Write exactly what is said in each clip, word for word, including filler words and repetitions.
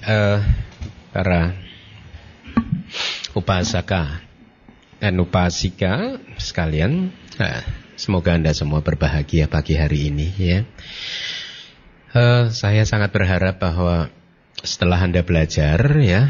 uh, para upasaka dan upasika sekalian, uh, semoga Anda semua berbahagia pagi hari ini ya. Uh, saya sangat berharap bahwa setelah Anda belajar ya,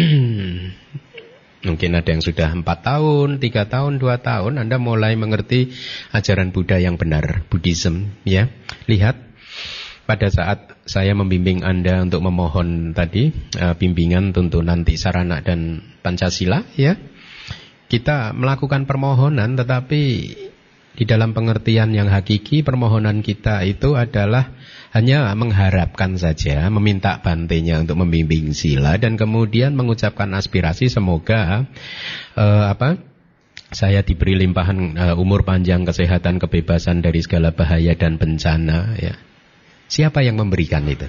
mungkin ada yang sudah empat tahun, tiga tahun, dua tahun, Anda mulai mengerti ajaran Buddha yang benar, Buddhism ya. Lihat pada saat saya membimbing Anda untuk memohon tadi uh, bimbingan tuntunan Tisarana dan Pancasila ya, kita melakukan permohonan, tetapi di dalam pengertian yang hakiki permohonan kita itu adalah hanya mengharapkan saja, meminta bantenya untuk membimbing sila dan kemudian mengucapkan aspirasi semoga uh, apa saya diberi limpahan uh, umur panjang, kesehatan, kebebasan dari segala bahaya dan bencana ya. Siapa yang memberikan itu?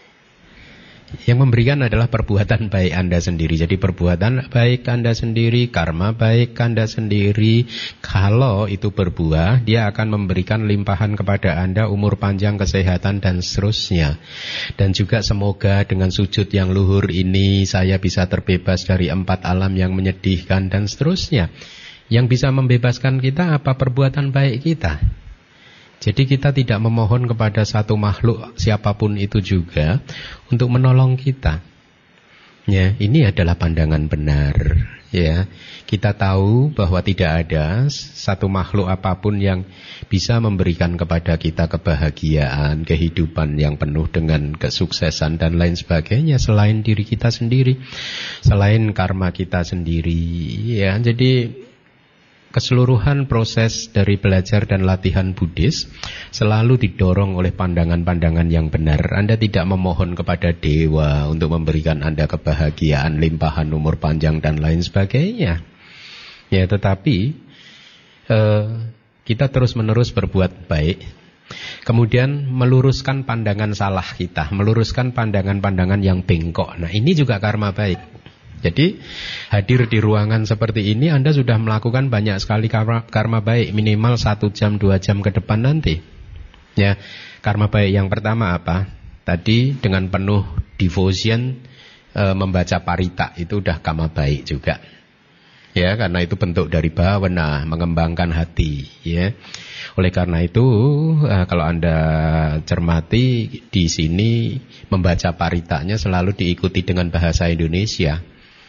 Yang memberikan adalah perbuatan baik Anda sendiri. Jadi perbuatan baik Anda sendiri, karma baik Anda sendiri. Kalau itu berbuah, dia akan memberikan limpahan kepada Anda umur panjang, kesehatan dan seterusnya. Dan juga semoga dengan sujud yang luhur ini saya bisa terbebas dari empat alam yang menyedihkan dan seterusnya. Yang bisa membebaskan kita apa? Perbuatan baik kita. Jadi kita tidak memohon kepada satu makhluk siapapun itu juga untuk menolong kita. Ya, ini adalah pandangan benar. Ya, kita tahu bahwa tidak ada satu makhluk apapun yang bisa memberikan kepada kita kebahagiaan, kehidupan yang penuh dengan kesuksesan dan lain sebagainya selain diri kita sendiri, selain karma kita sendiri. Ya, jadi keseluruhan proses dari belajar dan latihan Buddhis selalu didorong oleh pandangan-pandangan yang benar. Anda tidak memohon kepada dewa untuk memberikan Anda kebahagiaan, limpahan umur panjang dan lain sebagainya. Ya, tetapi eh, kita terus-menerus berbuat baik, kemudian meluruskan pandangan salah kita, meluruskan pandangan-pandangan yang bengkok. Nah, ini juga karma baik. Jadi hadir di ruangan seperti ini Anda sudah melakukan banyak sekali karma, karma baik, minimal satu jam, dua jam ke depan nanti. Ya, karma baik yang pertama apa? Tadi dengan penuh devotion e, membaca parita itu udah karma baik juga. Ya, karena itu bentuk dari bhavana, mengembangkan hati. Ya, oleh karena itu e, kalau Anda cermati di sini membaca paritanya selalu diikuti dengan bahasa Indonesia.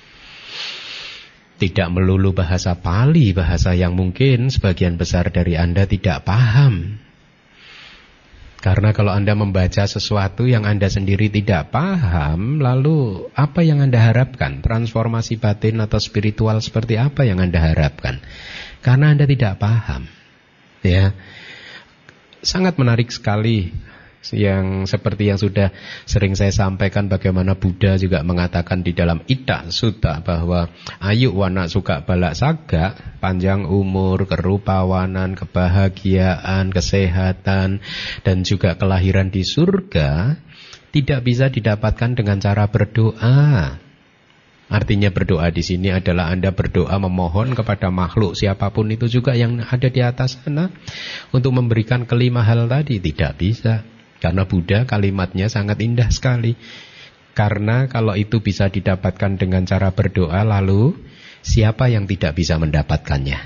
Tidak melulu bahasa Pali, bahasa yang mungkin sebagian besar dari Anda tidak paham. Karena kalau Anda membaca sesuatu yang Anda sendiri tidak paham, lalu apa yang Anda harapkan? Transformasi batin atau spiritual seperti apa yang Anda harapkan? Karena Anda tidak paham. Ya, sangat menarik sekali yang seperti yang sudah sering saya sampaikan, bagaimana Buddha juga mengatakan di dalam Ita Sutta bahwa ayu wana suka balak saga, panjang umur, kerupawanan, kebahagiaan, kesehatan dan juga kelahiran di surga tidak bisa didapatkan dengan cara berdoa. Artinya berdoa di sini adalah Anda berdoa memohon kepada makhluk siapapun itu juga yang ada di atas sana untuk memberikan kelima hal tadi. Tidak bisa. Karena Buddha kalimatnya sangat indah sekali. Karena kalau itu bisa didapatkan dengan cara berdoa, lalu siapa yang tidak bisa mendapatkannya?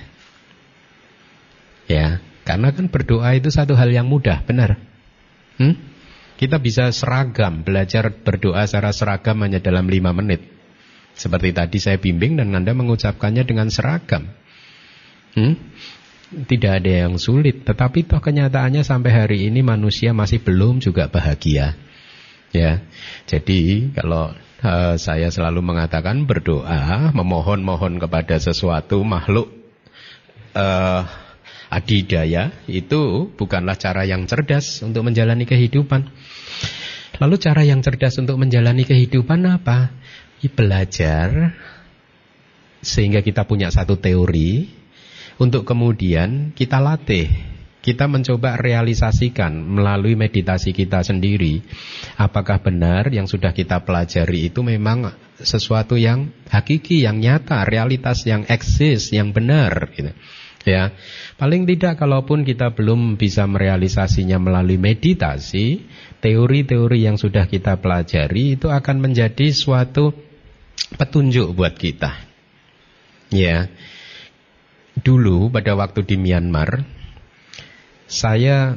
Ya, karena kan berdoa itu satu hal yang mudah, benar? Hmm? Kita bisa seragam, belajar berdoa secara seragam hanya dalam lima menit. Seperti tadi saya bimbing dan Anda mengucapkannya dengan seragam. Hmm? Tidak ada yang sulit, tetapi toh kenyataannya sampai hari ini manusia masih belum juga bahagia. Ya, jadi kalau uh, saya selalu mengatakan berdoa, memohon-mohon kepada sesuatu makhluk uh, adidaya itu bukanlah cara yang cerdas untuk menjalani kehidupan. Lalu cara yang cerdas untuk menjalani kehidupan apa? Ya, belajar sehingga kita punya satu teori. Untuk kemudian kita latih, kita mencoba realisasikan melalui meditasi kita sendiri. Apakah benar yang sudah kita pelajari itu memang sesuatu yang hakiki, yang nyata, realitas yang eksis, yang benar gitu. Ya, paling tidak kalaupun kita belum bisa merealisasinya melalui meditasi, teori-teori yang sudah kita pelajari itu akan menjadi suatu petunjuk buat kita. Ya, dulu pada waktu di Myanmar, saya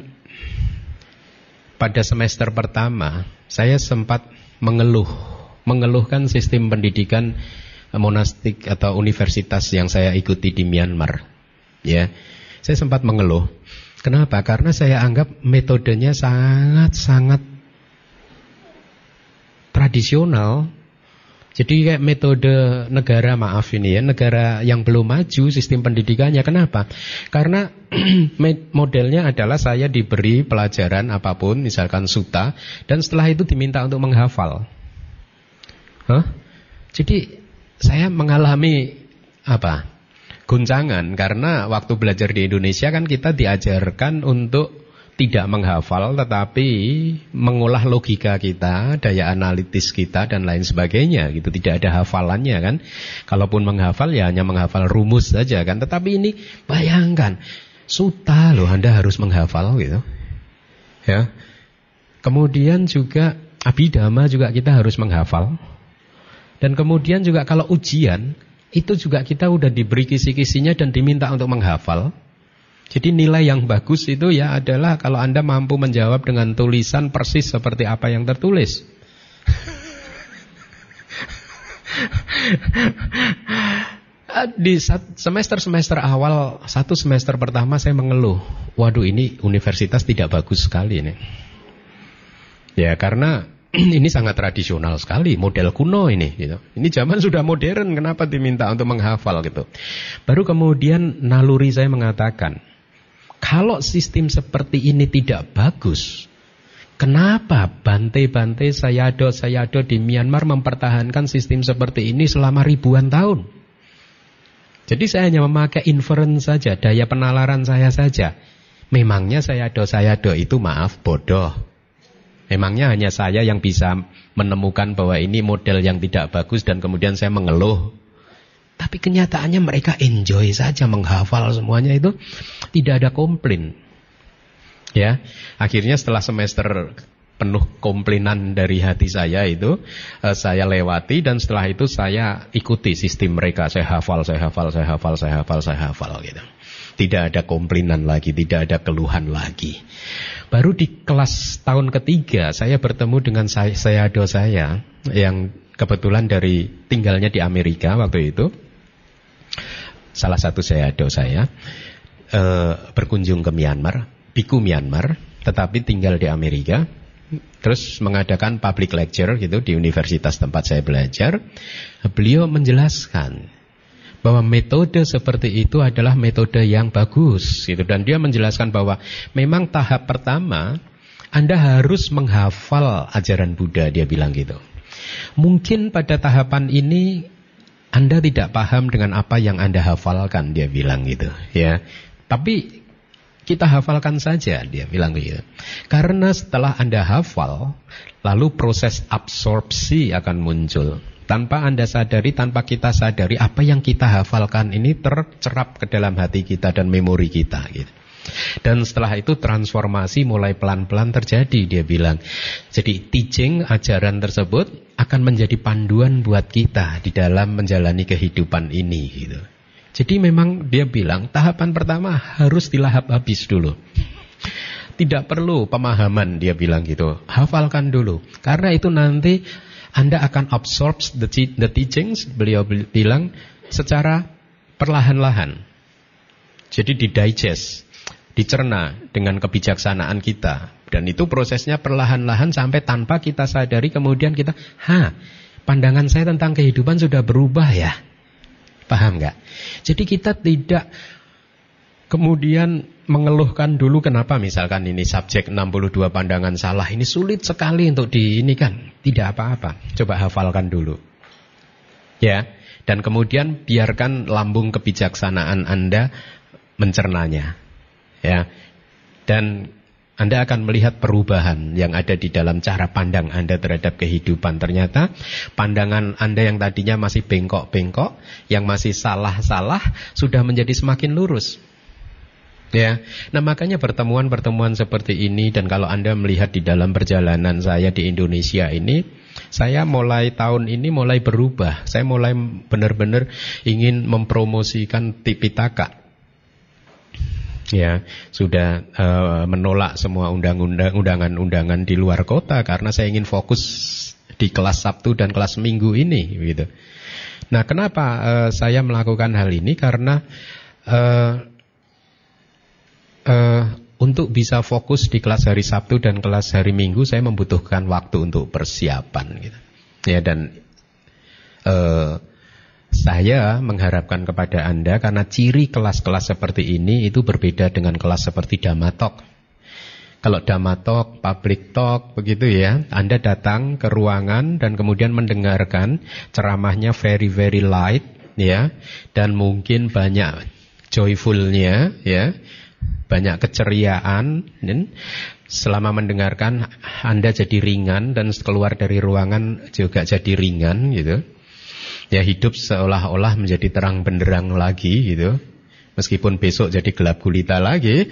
pada semester pertama saya sempat mengeluh, mengeluhkan sistem pendidikan monastik atau universitas yang saya ikuti di Myanmar. Ya, saya sempat mengeluh. Kenapa? Karena saya anggap metodenya sangat-sangat tradisional. Jadi kayak metode negara, maaf ini ya, negara yang belum maju sistem pendidikannya. Kenapa? Karena modelnya adalah saya diberi pelajaran apapun, misalkan sutta, dan setelah itu diminta untuk menghafal. Hah? Jadi saya mengalami apa? Guncangan, karena waktu belajar di Indonesia kan kita diajarkan untuk tidak menghafal tetapi mengolah logika kita, daya analitis kita dan lain sebagainya gitu. Tidak ada hafalannya kan. Kalaupun menghafal ya hanya menghafal rumus saja kan. Tetapi ini bayangkan, sutta loh Anda harus menghafal gitu. Ya. Kemudian juga Abhidhamma juga kita harus menghafal. Dan kemudian juga kalau ujian itu juga kita udah diberi kisi-kisinya dan diminta untuk menghafal. Jadi nilai yang bagus itu ya adalah kalau Anda mampu menjawab dengan tulisan persis seperti apa yang tertulis. Di semester-semester awal, satu semester pertama saya mengeluh, waduh ini universitas tidak bagus sekali ini. Ya karena ini sangat tradisional sekali, model kuno ini gitu. Ini zaman sudah modern, kenapa diminta untuk menghafal gitu. Baru kemudian naluri saya mengatakan, kalau sistem seperti ini tidak bagus, kenapa Bante-Bante Sayadaw-Sayadaw di Myanmar mempertahankan sistem seperti ini selama ribuan tahun? Jadi saya hanya memakai inference saja, daya penalaran saya saja. Memangnya Sayadaw-Sayadaw itu maaf bodoh. Memangnya hanya saya yang bisa menemukan bahwa ini model yang tidak bagus dan kemudian saya mengeluh. Tapi kenyataannya mereka enjoy saja menghafal semuanya itu, tidak ada komplain. Ya, akhirnya setelah semester penuh komplainan dari hati saya itu, uh, saya lewati dan setelah itu saya ikuti sistem mereka. Saya hafal, saya hafal, saya hafal, saya hafal, saya hafal gitu. Tidak ada komplainan lagi, tidak ada keluhan lagi. Baru di kelas tahun ketiga saya bertemu dengan sayadaw saya yang kebetulan dari tinggalnya di Amerika waktu itu. Salah satu sayadaw saya e, berkunjung ke Myanmar, biku Myanmar, tetapi tinggal di Amerika. Terus mengadakan public lecture gitu di universitas tempat saya belajar. Beliau menjelaskan bahwa metode seperti itu adalah metode yang bagus gitu. Dan dia menjelaskan bahwa memang tahap pertama Anda harus menghafal ajaran Buddha, dia bilang gitu. Mungkin pada tahapan ini Anda tidak paham dengan apa yang Anda hafalkan, dia bilang gitu ya. Tapi kita hafalkan saja, dia bilang gitu. Karena setelah Anda hafal, lalu proses absorpsi akan muncul. Tanpa Anda sadari, tanpa kita sadari, apa yang kita hafalkan ini tercerap ke dalam hati kita dan memori kita gitu. Dan setelah itu transformasi mulai pelan-pelan terjadi, dia bilang. Jadi teaching, ajaran tersebut akan menjadi panduan buat kita di dalam menjalani kehidupan ini gitu. Jadi memang dia bilang tahapan pertama harus dilahap habis dulu. Tidak perlu pemahaman, dia bilang gitu. Hafalkan dulu. Karena itu nanti Anda akan absorb the, the teachings, beliau bilang, secara perlahan-lahan. Jadi didigest, dicerna dengan kebijaksanaan kita. Dan itu prosesnya perlahan-lahan sampai tanpa kita sadari kemudian kita, ha, pandangan saya tentang kehidupan sudah berubah ya. Paham gak? Jadi kita tidak kemudian mengeluhkan dulu kenapa misalkan ini subjek enam puluh dua pandangan salah, ini sulit sekali untuk di ini kan. Tidak apa-apa, coba hafalkan dulu. Ya, dan kemudian biarkan lambung kebijaksanaan Anda mencernanya. Ya. Dan Anda akan melihat perubahan yang ada di dalam cara pandang Anda terhadap kehidupan. Ternyata pandangan Anda yang tadinya masih bengkok-bengkok, yang masih salah-salah, sudah menjadi semakin lurus. Ya, nah makanya pertemuan-pertemuan seperti ini, dan kalau Anda melihat di dalam perjalanan saya di Indonesia ini, saya mulai tahun ini mulai berubah. Saya mulai benar-benar ingin mempromosikan Tipitaka. Ya, sudah uh, menolak semua undang-undang, undangan-undangan di luar kota karena saya ingin fokus di kelas Sabtu dan kelas Minggu ini, gitu. Nah, kenapa uh, saya melakukan hal ini? Karena uh, Uh, untuk bisa fokus di kelas hari Sabtu dan kelas hari Minggu, saya membutuhkan waktu untuk persiapan, gitu. Ya, dan uh, saya mengharapkan kepada Anda, karena ciri kelas-kelas seperti ini itu berbeda dengan kelas seperti Dhamma-talk. Kalau Dhamma-talk, public talk, begitu ya, Anda datang ke ruangan dan kemudian mendengarkan ceramahnya very very light, ya, dan mungkin banyak joyfulnya, ya, banyak keceriaan, dan selama mendengarkan Anda jadi ringan dan keluar dari ruangan juga jadi ringan, gitu. Ya, hidup seolah-olah menjadi terang benderang lagi, gitu. Meskipun besok jadi gelap gulita lagi.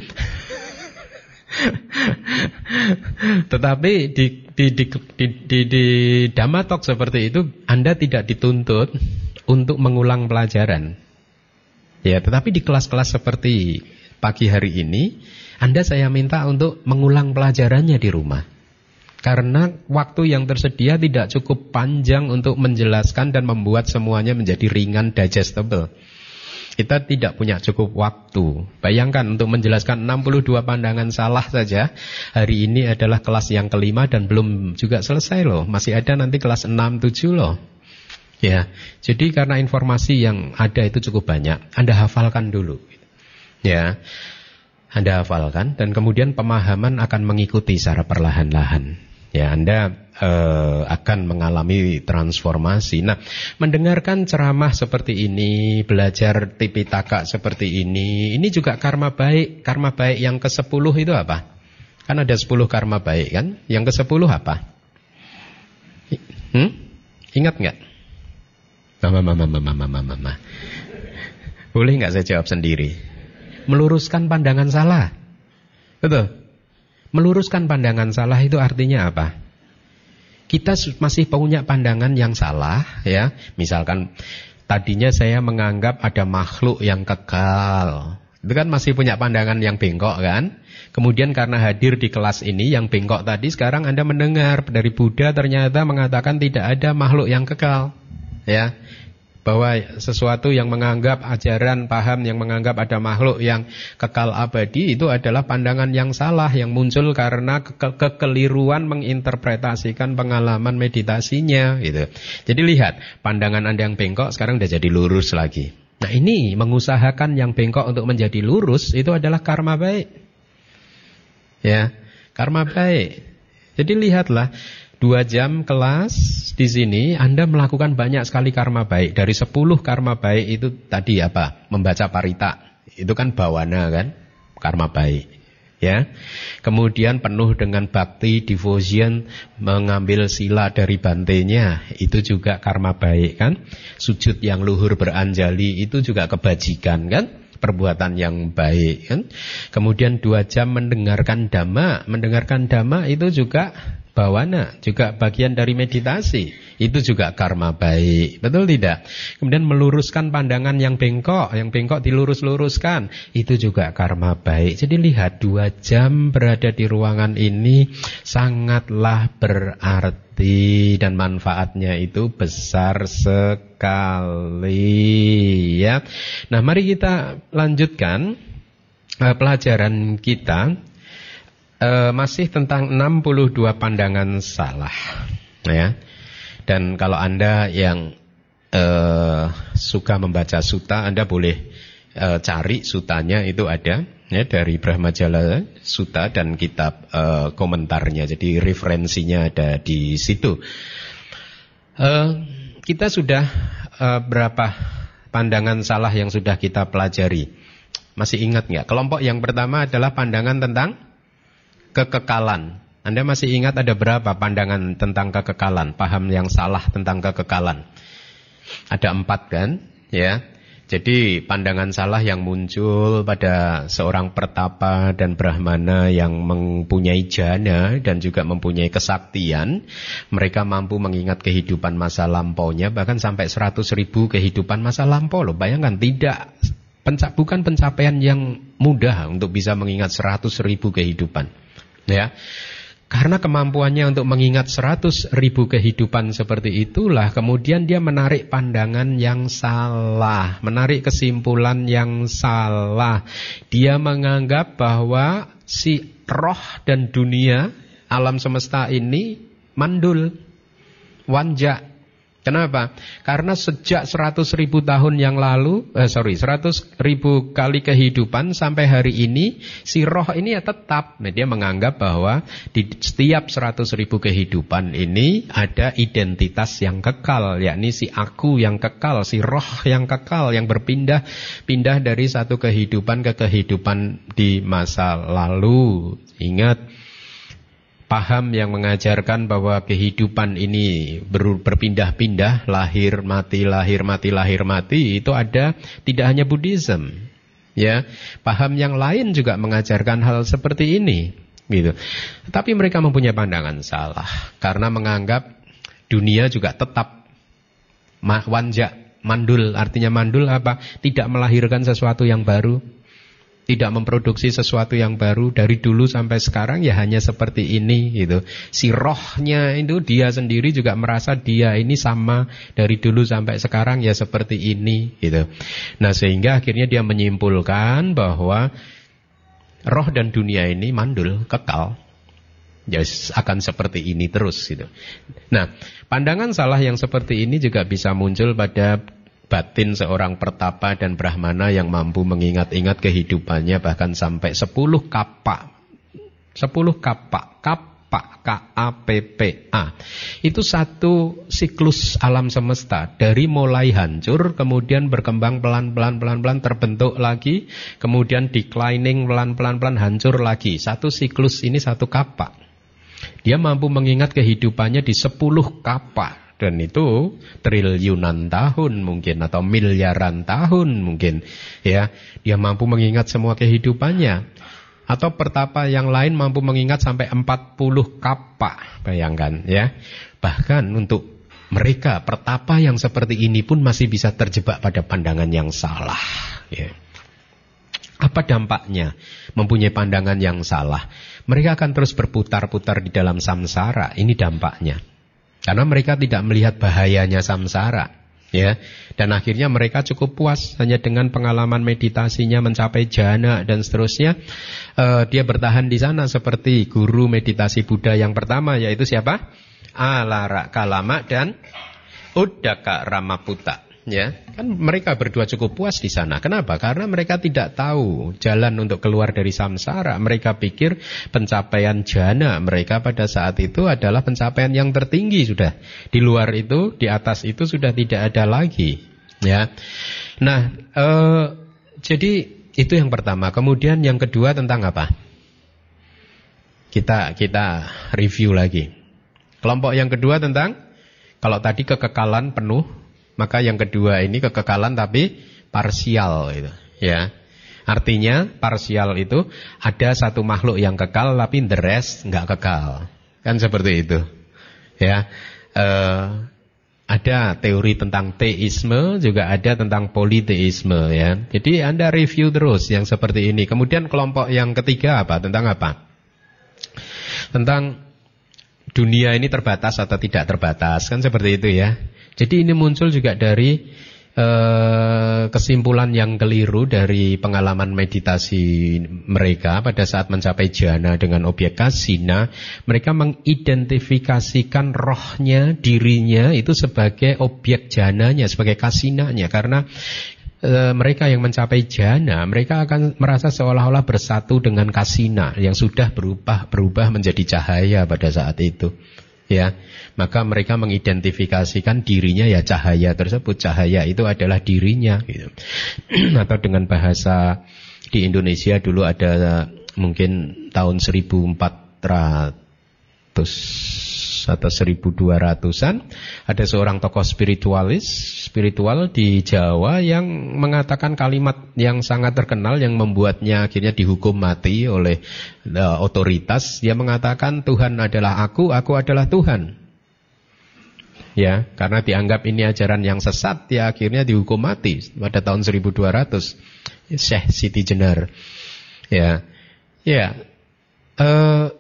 Tetapi di di di di, di, di Dhamma-talk seperti itu Anda tidak dituntut untuk mengulang pelajaran. Ya, tetapi di kelas-kelas seperti pagi hari ini, Anda saya minta untuk mengulang pelajarannya di rumah. Karena waktu yang tersedia tidak cukup panjang untuk menjelaskan dan membuat semuanya menjadi ringan, digestible. Kita tidak punya cukup waktu. Bayangkan untuk menjelaskan enam puluh dua pandangan salah saja, hari ini adalah kelas yang kelima dan belum juga selesai loh. Masih ada nanti kelas enam, tujuh loh. Ya, jadi karena informasi yang ada itu cukup banyak, Anda hafalkan dulu. Ya, Anda hafalkan dan kemudian pemahaman akan mengikuti secara perlahan-lahan. Ya, Anda eh, akan mengalami transformasi. Nah, mendengarkan ceramah seperti ini, belajar Tipitaka seperti ini, ini juga karma baik. Karma baik yang kesepuluh itu apa? Kan ada sepuluh karma baik, kan? Yang kesepuluh apa? Hmm? Ingat nggak? Mama, mama, mama, mama, mama. Boleh nggak saya jawab sendiri? Meluruskan pandangan salah. Betul. Meluruskan pandangan salah itu artinya apa? Kita masih punya pandangan yang salah, ya. Misalkan tadinya saya menganggap ada makhluk yang kekal. Itu kan masih punya pandangan yang bengkok, kan? Kemudian karena hadir di kelas ini yang bengkok tadi, sekarang Anda mendengar dari Buddha ternyata mengatakan tidak ada makhluk yang kekal, ya. Bahwa sesuatu yang menganggap ajaran, paham yang menganggap ada makhluk yang kekal abadi itu adalah pandangan yang salah yang muncul karena ke kekeliruan menginterpretasikan pengalaman meditasinya, gitu. Jadi lihat, pandangan Anda yang bengkok sekarang sudah jadi lurus lagi. Nah, ini mengusahakan yang bengkok untuk menjadi lurus itu adalah karma baik. Ya, karma baik. Jadi lihatlah, dua jam kelas di sini Anda melakukan banyak sekali karma baik. Dari sepuluh karma baik itu tadi apa? Membaca parita. Itu kan bawana, kan? Karma baik. Ya. Kemudian penuh dengan bakti, devotion, mengambil sila dari bantenya, itu juga karma baik, kan? Sujud yang luhur beranjali itu juga kebajikan, kan? Perbuatan yang baik, kan? Kemudian dua jam mendengarkan dhamma. Mendengarkan dhamma itu juga bawana, juga bagian dari meditasi. Itu juga karma baik, betul tidak? Kemudian meluruskan pandangan yang bengkok, yang bengkok dilurus-luruskan, itu juga karma baik. Jadi lihat, dua jam berada di ruangan ini sangatlah berarti dan manfaatnya itu besar sekali, ya. Nah, mari kita lanjutkan uh, pelajaran kita. Uh, masih tentang enam puluh dua pandangan salah, ya. Dan kalau Anda yang uh, suka membaca sutta, Anda boleh uh, cari sutanya, itu ada, ya, dari Brahmajala Sutta dan kitab uh, komentarnya. Jadi referensinya ada di situ. Uh, kita sudah uh, berapa pandangan salah yang sudah kita pelajari? Masih ingat nggak? Kelompok yang pertama adalah pandangan tentang kekekalan. Anda masih ingat ada berapa pandangan tentang kekekalan? Paham yang salah tentang kekekalan. Ada empat, kan? Ya. Jadi pandangan salah yang muncul pada seorang pertapa dan brahmana yang mempunyai jana dan juga mempunyai kesaktian, mereka mampu mengingat kehidupan masa lampaunya bahkan sampai seratus ribu kehidupan masa lampau loh. Bayangkan, tidak penca, bukan pencapaian yang mudah untuk bisa mengingat seratus ribu kehidupan, ya. Karena kemampuannya untuk mengingat seratus ribu kehidupan seperti itulah, kemudian dia menarik pandangan yang salah, menarik kesimpulan yang salah. Dia menganggap bahwa si roh dan dunia, alam semesta ini mandul, wanja. Kenapa? Karena sejak seratus ribu tahun yang lalu, eh, sorry, seratus ribu kali kehidupan sampai hari ini, si roh ini ya tetap. Nah, dia menganggap bahwa di setiap seratus ribu kehidupan ini ada identitas yang kekal, yakni si aku yang kekal, si roh yang kekal, yang berpindah pindah dari satu kehidupan ke kehidupan di masa lalu. Ingat, paham yang mengajarkan bahwa kehidupan ini ber, berpindah-pindah, lahir mati, lahir mati, lahir mati, itu ada tidak hanya Buddhism, ya. Paham yang lain juga mengajarkan hal seperti ini, gitu. Tapi mereka mempunyai pandangan salah karena menganggap dunia juga tetap wanja, mandul. Artinya mandul apa? Tidak melahirkan sesuatu yang baru, tidak memproduksi sesuatu yang baru. Dari dulu sampai sekarang ya hanya seperti ini, gitu. Si rohnya itu dia sendiri juga merasa dia ini sama dari dulu sampai sekarang ya seperti ini, gitu. Nah, sehingga akhirnya dia menyimpulkan bahwa roh dan dunia ini mandul, kekal, ya akan seperti ini terus, gitu. Nah, pandangan salah yang seperti ini juga bisa muncul pada batin seorang pertapa dan brahmana yang mampu mengingat-ingat kehidupannya bahkan sampai sepuluh kapa. sepuluh kapa, kapa, K A P P A. Itu satu siklus alam semesta, dari mulai hancur kemudian berkembang pelan-pelan pelan-pelan terbentuk lagi, kemudian declining pelan-pelan pelan hancur lagi. Satu siklus ini satu kapa. Dia mampu mengingat kehidupannya di sepuluh kapa. Dan itu triliunan tahun mungkin, atau miliaran tahun mungkin, ya. Dia mampu mengingat semua kehidupannya. Atau pertapa yang lain mampu mengingat sampai empat puluh kapa, bayangkan, ya. Bahkan untuk mereka pertapa yang seperti ini pun masih bisa terjebak pada pandangan yang salah, ya. Apa dampaknya mempunyai pandangan yang salah? Mereka akan terus berputar-putar di dalam samsara. Ini dampaknya. Karena mereka tidak melihat bahayanya samsara, ya. Dan akhirnya mereka cukup puas hanya dengan pengalaman meditasinya mencapai jhana dan seterusnya. Uh, dia bertahan di sana seperti guru meditasi Buddha yang pertama, yaitu siapa? Alara Kalama dan Uddaka Ramaputta. Ya, kan mereka berdua cukup puas di sana. Kenapa? Karena mereka tidak tahu jalan untuk keluar dari samsara. Mereka pikir pencapaian jhana mereka pada saat itu adalah pencapaian yang tertinggi sudah. Di luar itu, di atas itu sudah tidak ada lagi. Ya, nah, eh, jadi itu yang pertama. Kemudian yang kedua tentang apa? Kita kita review lagi. Kelompok yang kedua tentang, kalau tadi kekekalan penuh, maka yang kedua ini kekekalan tapi parsial, gitu, ya. Artinya parsial itu ada satu makhluk yang kekal tapi the rest nggak kekal, kan seperti itu, ya. E, ada teori tentang teisme, juga ada tentang politeisme, ya. Jadi Anda review terus yang seperti ini. Kemudian kelompok yang ketiga apa? Tentang apa? Tentang dunia ini terbatas atau tidak terbatas, kan seperti itu, ya. Jadi ini muncul juga dari eh, kesimpulan yang keliru dari pengalaman meditasi mereka pada saat mencapai jhana dengan objek kasina. Mereka mengidentifikasikan rohnya, dirinya itu sebagai objek jhananya, sebagai kasinanya. Karena e, mereka yang mencapai jhana, mereka akan merasa seolah-olah bersatu dengan kasina yang sudah berubah berubah menjadi cahaya pada saat itu, ya. Maka mereka mengidentifikasikan dirinya ya cahaya tersebut. Cahaya itu adalah dirinya, gitu. Atau dengan bahasa di Indonesia dulu ada mungkin tahun seribu empat ratus atau seribu dua ratusan, ada seorang tokoh spiritualis, spiritual di Jawa yang mengatakan kalimat yang sangat terkenal yang membuatnya akhirnya dihukum mati oleh uh, otoritas. Dia mengatakan Tuhan adalah aku, aku adalah Tuhan. Ya, karena dianggap ini ajaran yang sesat, dia akhirnya dihukum mati pada tahun seribu dua ratus. Syekh Siti Jenar. Ya. Ya. Uh,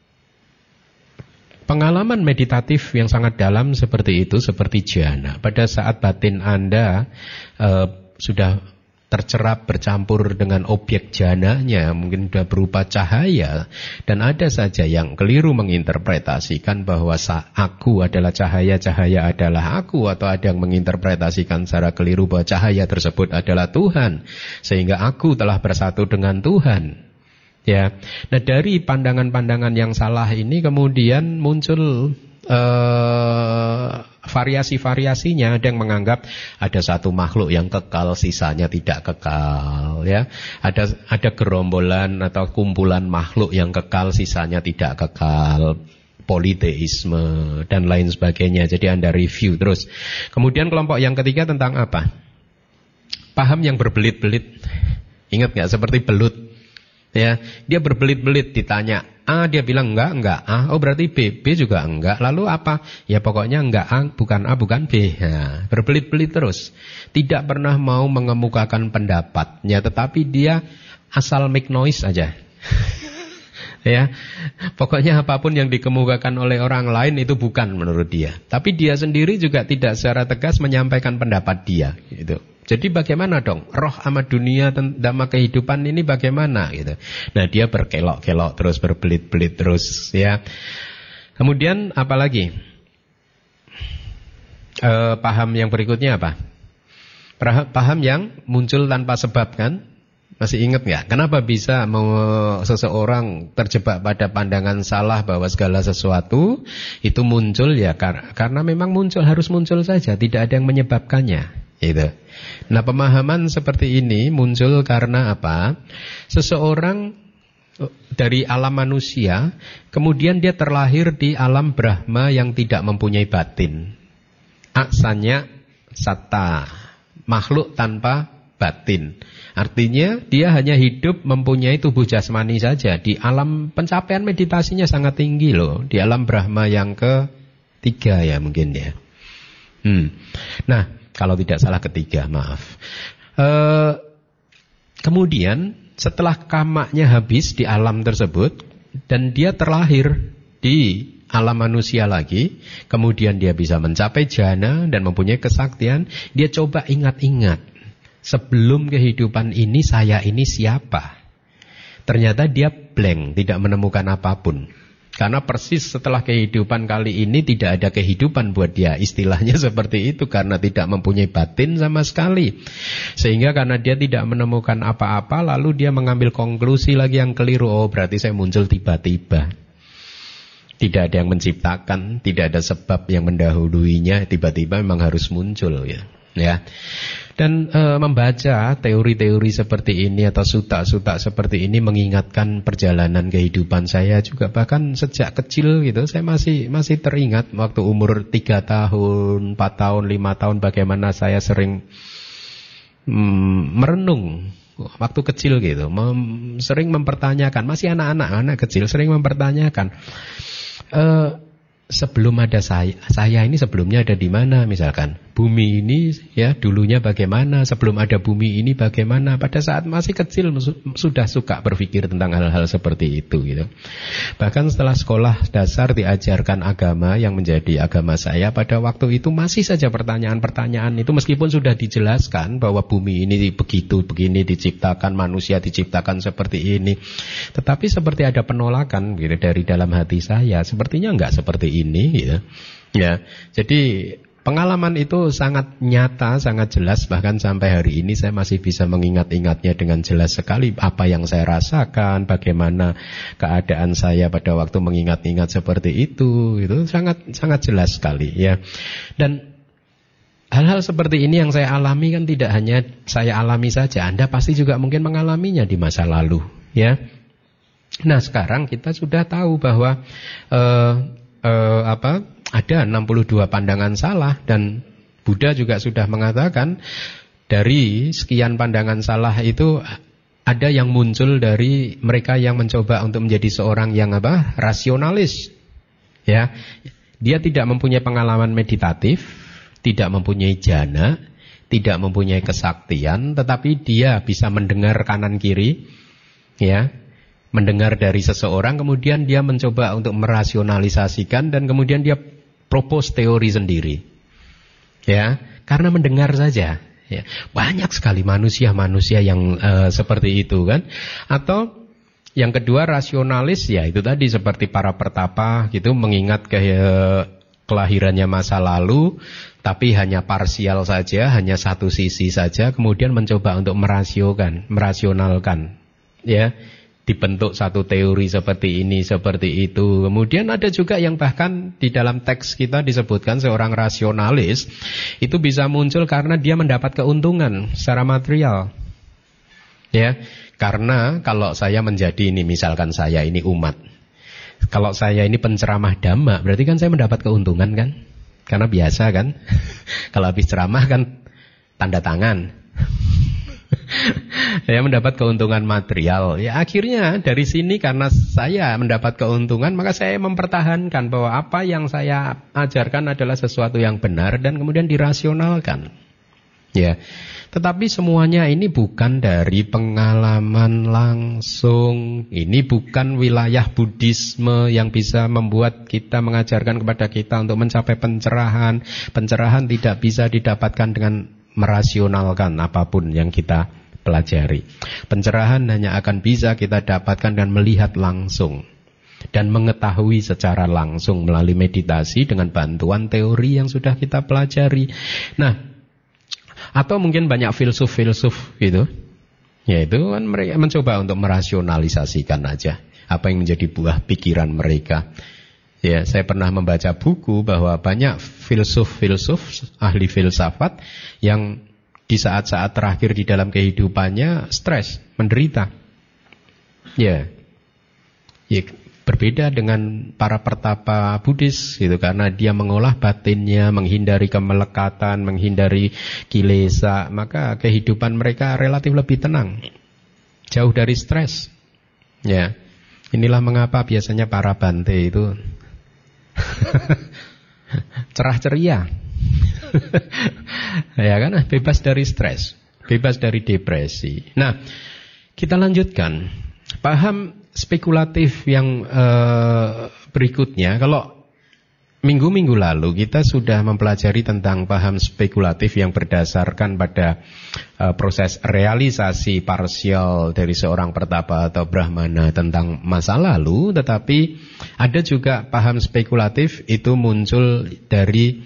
Pengalaman meditatif yang sangat dalam seperti itu, seperti jhana. Pada saat batin Anda uh, sudah tercerap bercampur dengan objek jhananya, mungkin sudah berupa cahaya, dan ada saja yang keliru menginterpretasikan bahwa aku adalah cahaya, cahaya adalah aku, atau ada yang menginterpretasikan secara keliru bahwa cahaya tersebut adalah Tuhan, sehingga aku telah bersatu dengan Tuhan. Ya, nah dari pandangan-pandangan yang salah ini kemudian muncul uh, variasi-variasinya. Ada yang menganggap ada satu makhluk yang kekal, sisanya tidak kekal. Ya, ada ada gerombolan atau kumpulan makhluk yang kekal, sisanya tidak kekal. Politeisme dan lain sebagainya. Jadi Anda review terus. Kemudian kelompok yang ketiga tentang apa? Paham yang berbelit-belit. Ingat nggak? Seperti belut. Ya, dia berbelit-belit, ditanya A, dia bilang enggak, enggak A. Oh berarti B, B juga enggak. Lalu apa? Ya pokoknya enggak A, bukan A, bukan B. Nah, berbelit-belit terus. Tidak pernah mau mengemukakan pendapatnya, tetapi dia asal make noise aja. Ya, pokoknya apapun yang dikemukakan oleh orang lain itu bukan menurut dia. Tapi dia sendiri juga tidak secara tegas menyampaikan pendapat dia, gitu. Jadi bagaimana dong? Roh sama dunia sama kehidupan ini bagaimana gitu. Nah, dia berkelok-kelok terus, berbelit-belit terus ya. Kemudian apa lagi? E, paham yang berikutnya apa? Paham yang muncul tanpa sebab kan? Masih ingat nggak? Kenapa bisa mau seseorang terjebak pada pandangan salah bahwa segala sesuatu itu muncul ya kar- karena memang muncul, harus muncul saja, tidak ada yang menyebabkannya. Gitu. Nah, pemahaman seperti ini muncul karena apa? Seseorang dari alam manusia, kemudian dia terlahir di alam Brahma yang tidak mempunyai batin. Aksanya satta, makhluk tanpa batin. Artinya dia hanya hidup mempunyai tubuh jasmani saja. Di alam pencapaian meditasinya sangat tinggi loh. Di alam Brahma yang ketiga ya mungkin ya. Hmm. Nah, kalau tidak salah ketiga, maaf. E, kemudian setelah kamaknya habis di alam tersebut dan dia terlahir di alam manusia lagi, kemudian dia bisa mencapai jhana dan mempunyai kesaktian, dia coba ingat-ingat, sebelum kehidupan ini saya ini siapa? Ternyata dia blank, tidak menemukan apapun. Karena persis setelah kehidupan kali ini tidak ada kehidupan buat dia. Istilahnya seperti itu karena tidak mempunyai batin sama sekali. Sehingga karena dia tidak menemukan apa-apa, lalu dia mengambil konklusi lagi yang keliru. Oh berarti saya muncul tiba-tiba. Tidak ada yang menciptakan, tidak ada sebab yang mendahuluinya, tiba-tiba memang harus muncul ya. Ya. Dan e, membaca teori-teori seperti ini atau suta-suta seperti ini mengingatkan perjalanan kehidupan saya juga, bahkan sejak kecil gitu. Saya masih masih teringat waktu umur tiga tahun, empat tahun, lima tahun bagaimana saya sering mm, merenung waktu kecil gitu, mem, sering mempertanyakan, masih anak-anak, anak kecil sering mempertanyakan e, sebelum ada saya, saya ini sebelumnya ada di mana misalkan. Bumi ini ya dulunya bagaimana, sebelum ada bumi ini bagaimana. Pada saat masih kecil sudah suka berpikir tentang hal-hal seperti itu gitu. Bahkan setelah sekolah dasar diajarkan agama yang menjadi agama saya, pada waktu itu masih saja pertanyaan-pertanyaan itu, meskipun sudah dijelaskan bahwa bumi ini begitu, begini diciptakan, manusia diciptakan seperti ini. Tetapi seperti ada penolakan gitu dari dalam hati saya, sepertinya enggak seperti ini gitu. Ya. Jadi pengalaman itu sangat nyata, sangat jelas. Bahkan sampai hari ini saya masih bisa mengingat-ingatnya dengan jelas sekali. Apa yang saya rasakan, bagaimana keadaan saya pada waktu mengingat-ingat seperti itu, itu sangat sangat jelas sekali ya. Dan hal-hal seperti ini yang saya alami kan tidak hanya saya alami saja. Anda pasti juga mungkin mengalaminya di masa lalu ya. Nah sekarang kita sudah tahu bahwa uh, eh, apa? Ada enam puluh dua pandangan salah, dan Buddha juga sudah mengatakan dari sekian pandangan salah itu ada yang muncul dari mereka yang mencoba untuk menjadi seorang yang apa? Rasionalis. Ya. Dia tidak mempunyai pengalaman meditatif, tidak mempunyai jana, tidak mempunyai kesaktian, tetapi dia bisa mendengar kanan kiri, ya, mendengar dari seseorang, kemudian dia mencoba untuk merasionalisasikan, dan kemudian dia propose teori sendiri, ya, karena mendengar saja. Ya. Banyak sekali manusia-manusia yang uh, seperti itu kan. Atau yang kedua rasionalis, ya itu tadi seperti para pertapa gitu, mengingat ke uh, kelahirannya masa lalu, tapi hanya parsial saja, hanya satu sisi saja, kemudian mencoba untuk merasiokan, merasionalkan, ya, dibentuk satu teori seperti ini, seperti itu. Kemudian ada juga yang bahkan di dalam teks kita disebutkan seorang rasionalis itu bisa muncul karena dia mendapat keuntungan secara material. Ya, karena kalau saya menjadi ini, misalkan saya ini umat, kalau saya ini penceramah dhamma, berarti kan saya mendapat keuntungan kan? Karena biasa kan, kalau habis ceramah kan tanda tangan. Saya mendapat keuntungan material. Ya akhirnya dari sini karena saya mendapat keuntungan, maka saya mempertahankan bahwa apa yang saya ajarkan adalah sesuatu yang benar dan kemudian dirasionalkan. Ya. Tetapi semuanya ini bukan dari pengalaman langsung. Ini bukan wilayah Buddhisme yang bisa membuat kita mengajarkan kepada kita untuk mencapai pencerahan. Pencerahan tidak bisa didapatkan dengan merasionalkan apapun yang kita pelajari. Pencerahan hanya akan bisa kita dapatkan dan melihat langsung dan mengetahui secara langsung melalui meditasi dengan bantuan teori yang sudah kita pelajari. Nah, atau mungkin banyak filsuf-filsuf gitu, yaitu kan mereka mencoba untuk merasionalisasikan aja apa yang menjadi buah pikiran mereka. Ya, saya pernah membaca buku bahwa banyak filsuf-filsuf, ahli filsafat yang di saat-saat terakhir di dalam kehidupannya stres, menderita. Ya, ya berbeda dengan para pertapa Buddhis gitu, karena dia mengolah batinnya, menghindari kemelekatan, menghindari kilesa, maka kehidupan mereka relatif lebih tenang, jauh dari stres. Ya, inilah mengapa biasanya para bante itu cerah ceria. Ya kan, bebas dari stres, bebas dari depresi. Nah, kita lanjutkan paham spekulatif yang uh, berikutnya. Kalau minggu-minggu lalu kita sudah mempelajari tentang paham spekulatif yang berdasarkan pada uh, proses realisasi parsial dari seorang pertapa atau brahmana tentang masa lalu, tetapi ada juga paham spekulatif itu muncul dari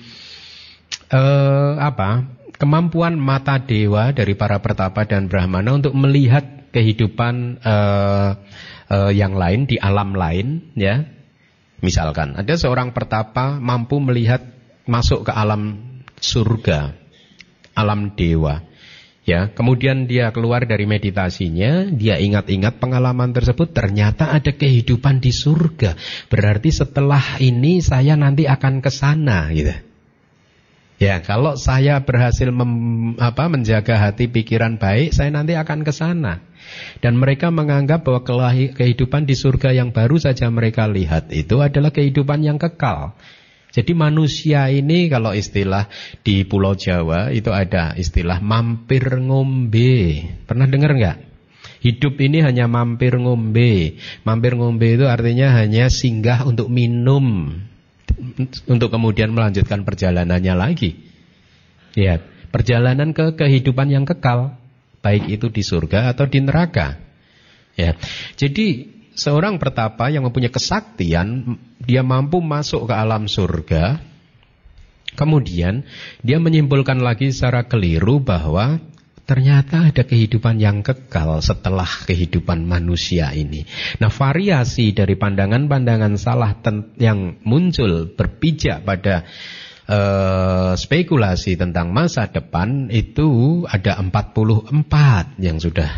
uh, apa? kemampuan mata dewa dari para pertapa dan brahmana untuk melihat kehidupan uh, uh, yang lain di alam lain, ya. Misalkan ada seorang pertapa mampu melihat masuk ke alam surga, alam dewa. Ya, kemudian dia keluar dari meditasinya, dia ingat-ingat pengalaman tersebut, ternyata ada kehidupan di surga. Berarti setelah ini saya nanti akan ke sana gitu. Ya, kalau saya berhasil mem, apa, menjaga hati pikiran baik, saya nanti akan ke sana. Dan mereka menganggap bahwa kelahi, kehidupan di surga yang baru saja mereka lihat itu adalah kehidupan yang kekal. Jadi manusia ini kalau istilah di Pulau Jawa itu ada istilah mampir ngombe. Pernah dengar nggak? Hidup ini hanya mampir ngombe. Mampir ngombe itu artinya hanya singgah untuk minum, untuk kemudian melanjutkan perjalanannya lagi. Ya, perjalanan ke kehidupan yang kekal, baik itu di surga atau di neraka. Ya, jadi seorang pertapa yang mempunyai kesaktian, dia mampu masuk ke alam surga. Kemudian dia menyimpulkan lagi secara keliru bahwa ternyata ada kehidupan yang kekal setelah kehidupan manusia ini. Nah, variasi dari pandangan-pandangan salah yang muncul berpijak pada uh, spekulasi tentang masa depan itu ada empat puluh empat yang sudah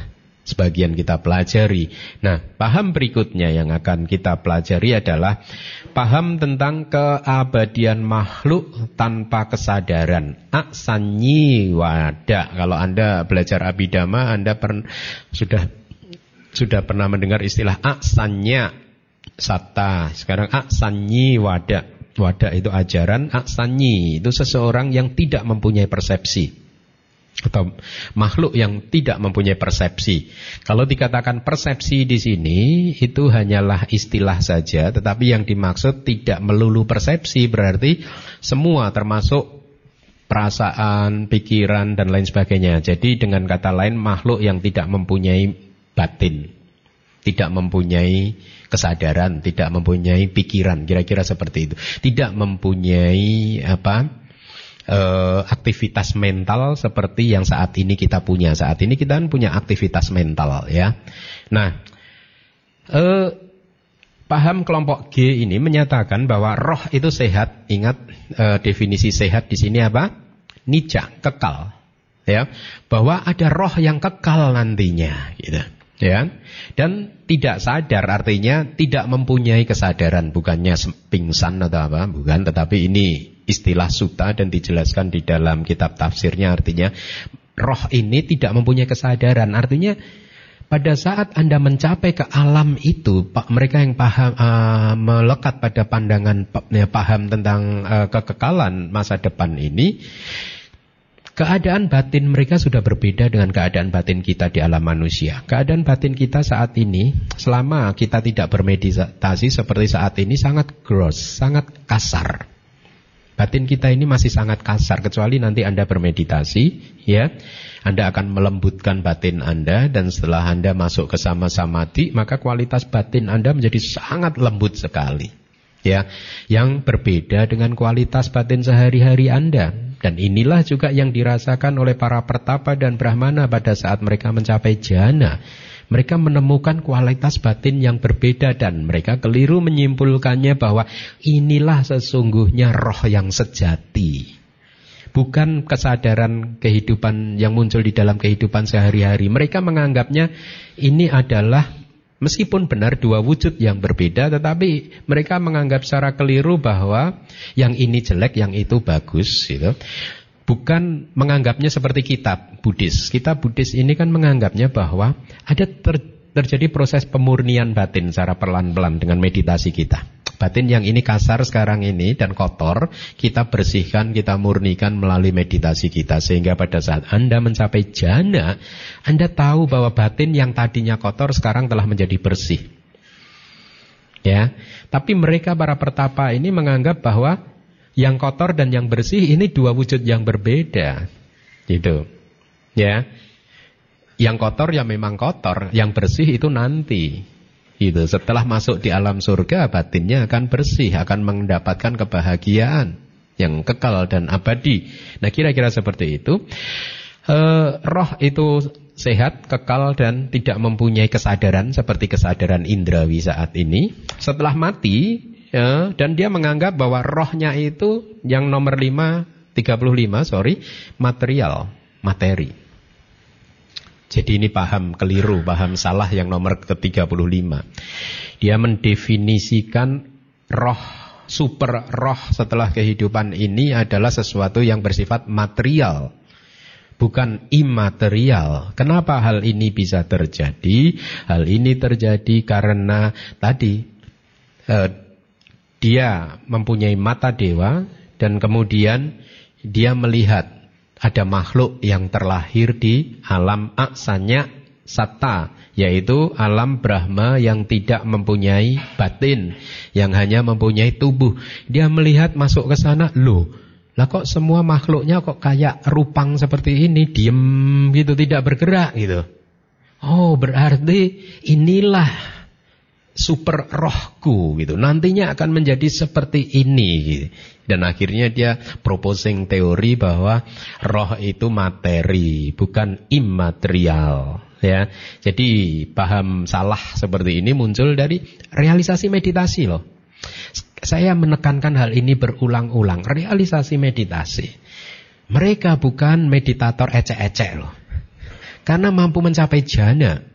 sebagian kita pelajari. Nah, paham berikutnya yang akan kita pelajari adalah paham tentang keabadian makhluk tanpa kesadaran. Aksanyi wada. Kalau Anda belajar Abhidhamma, Anda per, sudah sudah pernah mendengar istilah aksanya satta. Sekarang aksanyi wada. Wada itu ajaran, aksanyi itu seseorang yang tidak mempunyai persepsi. Atau makhluk yang tidak mempunyai persepsi. Kalau dikatakan persepsi di sini itu hanyalah istilah saja, tetapi yang dimaksud tidak melulu persepsi, berarti semua termasuk perasaan, pikiran dan lain sebagainya. Jadi dengan kata lain makhluk yang tidak mempunyai batin, tidak mempunyai kesadaran, tidak mempunyai pikiran, kira-kira seperti itu. Tidak mempunyai apa? Uh, aktivitas mental seperti yang saat ini kita punya. Saat ini kita kan punya aktivitas mental, ya. Nah, uh, paham kelompok G ini menyatakan bahwa roh itu sehat. Ingat uh, definisi sehat di sini apa? Nica, kekal, ya. Bahwa ada roh yang kekal nantinya, gitu. Ya, dan tidak sadar artinya tidak mempunyai kesadaran, bukannya pingsan atau apa, bukan, tetapi ini istilah sutta dan dijelaskan di dalam kitab tafsirnya, artinya roh ini tidak mempunyai kesadaran, artinya pada saat Anda mencapai ke alam itu, mereka yang paham uh, melekat pada pandangan paham tentang uh, kekekalan masa depan ini, keadaan batin mereka sudah berbeda dengan keadaan batin kita di alam manusia. Keadaan batin kita saat ini, selama kita tidak bermeditasi seperti saat ini, sangat gross, sangat kasar. Batin kita ini masih sangat kasar, kecuali nanti Anda bermeditasi, ya. Anda akan melembutkan batin Anda, dan setelah Anda masuk ke sama-samadhi, maka kualitas batin Anda menjadi sangat lembut sekali. Ya, yang berbeda dengan kualitas batin sehari-hari Anda. Dan inilah juga yang dirasakan oleh para pertapa dan brahmana pada saat mereka mencapai jhana. Mereka menemukan kualitas batin yang berbeda dan mereka keliru menyimpulkannya bahwa inilah sesungguhnya roh yang sejati. Bukan kesadaran kehidupan yang muncul di dalam kehidupan sehari-hari. Mereka menganggapnya ini adalah, meskipun benar dua wujud yang berbeda, tetapi mereka menganggap secara keliru bahwa yang ini jelek, yang itu bagus, gitu. Bukan menganggapnya seperti kitab Buddhis. Kitab Buddhis ini kan menganggapnya bahwa ada ter, terjadi proses pemurnian batin secara pelan-pelan dengan meditasi kita. Batin yang ini kasar sekarang ini dan kotor, kita bersihkan, kita murnikan melalui meditasi kita. Sehingga pada saat Anda mencapai jhana, Anda tahu bahwa batin yang tadinya kotor sekarang telah menjadi bersih. Ya, tapi mereka para pertapa ini menganggap bahwa yang kotor dan yang bersih ini dua wujud yang berbeda. Gitu. Ya. Yang kotor ya memang kotor, yang bersih itu nanti. Gitu. Setelah masuk di alam surga, batinnya akan bersih, akan mendapatkan kebahagiaan yang kekal dan abadi. Nah, kira-kira seperti itu. E, roh itu sehat, kekal dan tidak mempunyai kesadaran seperti kesadaran indrawi saat ini. Setelah mati, ya, dan dia menganggap bahwa rohnya itu yang nomor lima, tiga puluh lima, sorry, material, materi. Jadi ini paham keliru, paham salah yang nomor ke tiga puluh lima. Dia mendefinisikan roh, super roh setelah kehidupan ini adalah sesuatu yang bersifat material, bukan imaterial. Kenapa hal ini bisa terjadi? Hal ini terjadi karena tadi eh, dia mempunyai mata dewa dan kemudian dia melihat ada makhluk yang terlahir di alam aksanya satta, yaitu alam Brahma yang tidak mempunyai batin, yang hanya mempunyai tubuh. Dia melihat masuk ke sana, loh, lah kok semua makhluknya kok kayak rupang seperti ini, diem gitu, tidak bergerak gitu. Oh, berarti inilah super rohku gitu. Nantinya akan menjadi seperti ini gitu. Dan akhirnya dia proposing teori bahwa roh itu materi, bukan imaterial, ya. Jadi paham salah seperti ini muncul dari realisasi meditasi loh. Saya menekankan hal ini berulang-ulang. Realisasi meditasi. Mereka bukan meditator ecek-ecek loh. Karena mampu mencapai jhana.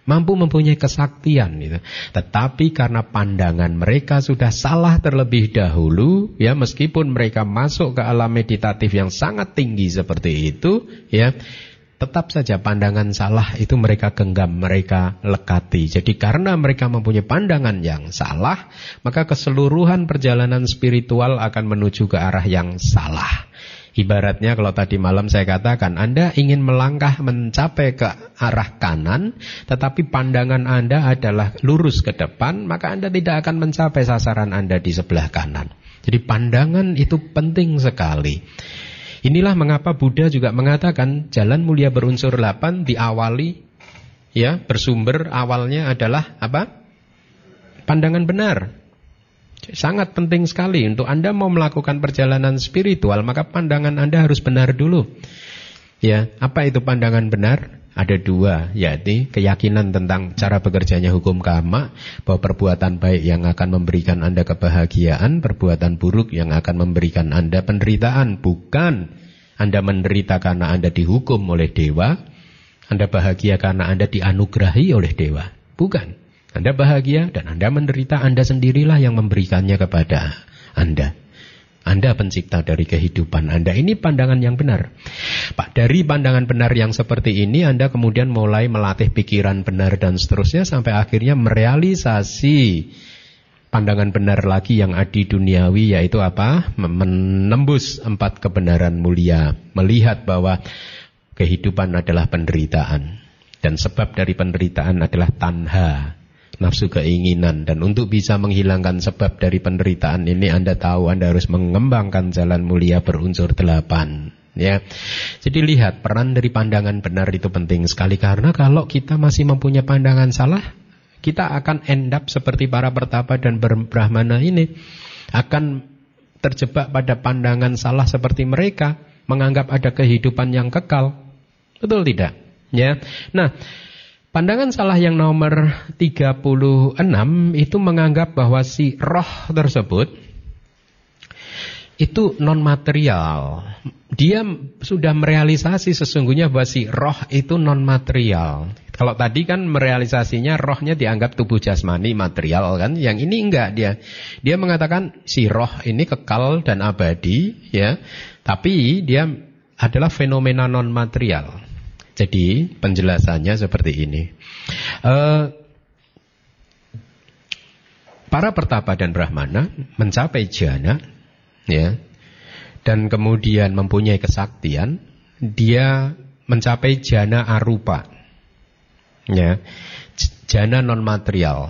mampu mempunyai kesaktian gitu. Tetapi karena pandangan mereka sudah salah terlebih dahulu, ya meskipun mereka masuk ke alam meditatif yang sangat tinggi seperti itu, ya tetap saja pandangan salah itu mereka genggam, mereka lekati. Jadi karena mereka mempunyai pandangan yang salah, maka keseluruhan perjalanan spiritual akan menuju ke arah yang salah. Ibaratnya kalau tadi malam saya katakan, Anda ingin melangkah mencapai ke arah kanan, tetapi pandangan Anda adalah lurus ke depan, maka Anda tidak akan mencapai sasaran Anda di sebelah kanan. Jadi pandangan itu penting sekali. Inilah mengapa Buddha juga mengatakan jalan mulia berunsur delapan diawali, ya bersumber awalnya adalah apa? Pandangan benar. Sangat penting sekali untuk Anda mau melakukan perjalanan spiritual, maka pandangan Anda harus benar dulu. Ya, apa itu pandangan benar? Ada dua, yaitu keyakinan tentang cara bekerjanya hukum karma, bahwa perbuatan baik yang akan memberikan Anda kebahagiaan, perbuatan buruk yang akan memberikan Anda penderitaan. Bukan Anda menderita karena Anda dihukum oleh dewa, Anda bahagia karena Anda dianugerahi oleh dewa. Bukan. Anda bahagia dan Anda menderita, Anda sendirilah yang memberikannya kepada Anda. Anda pencipta dari kehidupan Anda. Ini pandangan yang benar. Pak, dari pandangan benar yang seperti ini, Anda kemudian mulai melatih pikiran benar dan seterusnya, sampai akhirnya merealisasi pandangan benar lagi yang adi duniawi, yaitu apa? Menembus empat kebenaran mulia. Melihat bahwa kehidupan adalah penderitaan. Dan sebab dari penderitaan adalah tanha, nafsu keinginan. Dan untuk bisa menghilangkan sebab dari penderitaan ini, Anda tahu Anda harus mengembangkan jalan mulia berunsur delapan, ya. Jadi lihat, peran dari pandangan benar itu penting sekali. Karena kalau kita masih mempunyai pandangan salah, kita akan end up seperti para pertapa dan brahmana ini, akan terjebak pada pandangan salah seperti mereka, menganggap ada kehidupan yang kekal. Betul tidak? Ya. Nah, pandangan salah yang nomor tiga puluh enam itu menganggap bahwa si roh tersebut itu non material. Dia sudah merealisasi sesungguhnya bahwa si roh itu non material. Kalau tadi kan merealisasinya rohnya dianggap tubuh jasmani material kan, yang ini enggak. Dia dia mengatakan si roh ini kekal dan abadi, ya. Tapi dia adalah fenomena non material. Jadi penjelasannya seperti ini. Uh, para pertapa dan brahmana mencapai jhana, ya, dan kemudian mempunyai kesaktian, dia mencapai jhana arupa, ya, jhana non material.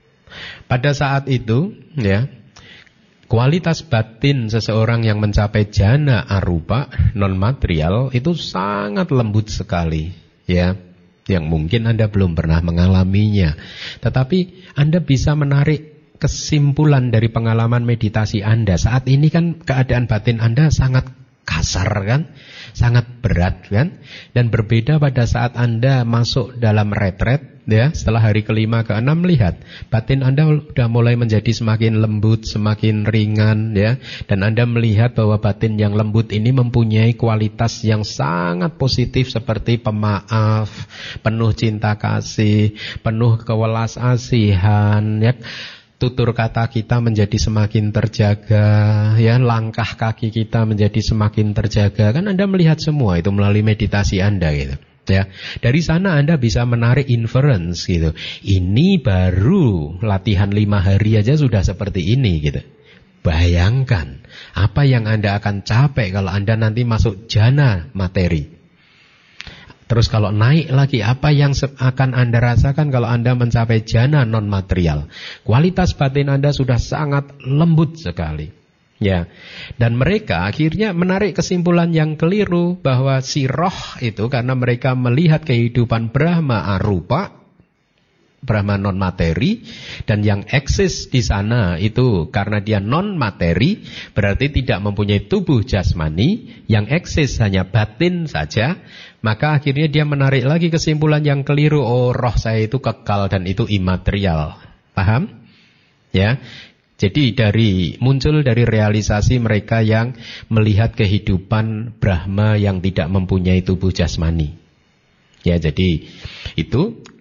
Pada saat itu, ya, kualitas batin seseorang yang mencapai jhana arupa non material itu sangat lembut sekali, ya, yang mungkin Anda belum pernah mengalaminya. Tetapi Anda bisa menarik kesimpulan dari pengalaman meditasi Anda. Saat ini kan keadaan batin Anda sangat kasar kan, sangat berat kan, dan berbeda pada saat Anda masuk dalam retret, ya, setelah hari kelima ke enam, lihat batin Anda sudah mulai menjadi semakin lembut, semakin ringan, ya, dan Anda melihat bahwa batin yang lembut ini mempunyai kualitas yang sangat positif seperti pemaaf, penuh cinta kasih, penuh kewelas asihan, ya. Tutur kata kita menjadi semakin terjaga, ya, langkah kaki kita menjadi semakin terjaga. Kan Anda melihat semua itu melalui meditasi Anda gitu. Ya, dari sana Anda bisa menarik inference gitu. Ini baru latihan lima hari aja sudah seperti ini gitu. Bayangkan apa yang Anda akan capai kalau Anda nanti masuk jhana materi. Terus kalau naik lagi, apa yang akan Anda rasakan kalau Anda mencapai jhana non material? Kualitas batin Anda sudah sangat lembut sekali. Ya, dan mereka akhirnya menarik kesimpulan yang keliru bahwa si roh itu karena mereka melihat kehidupan Brahma arupa, Brahma non materi, dan yang eksis di sana itu karena dia non materi, berarti tidak mempunyai tubuh jasmani, yang eksis hanya batin saja. Maka akhirnya dia menarik lagi kesimpulan yang keliru, oh roh saya itu kekal dan itu imaterial. Paham? Ya. Jadi dari muncul dari realisasi mereka yang melihat kehidupan Brahma yang tidak mempunyai tubuh jasmani. Ya, jadi itu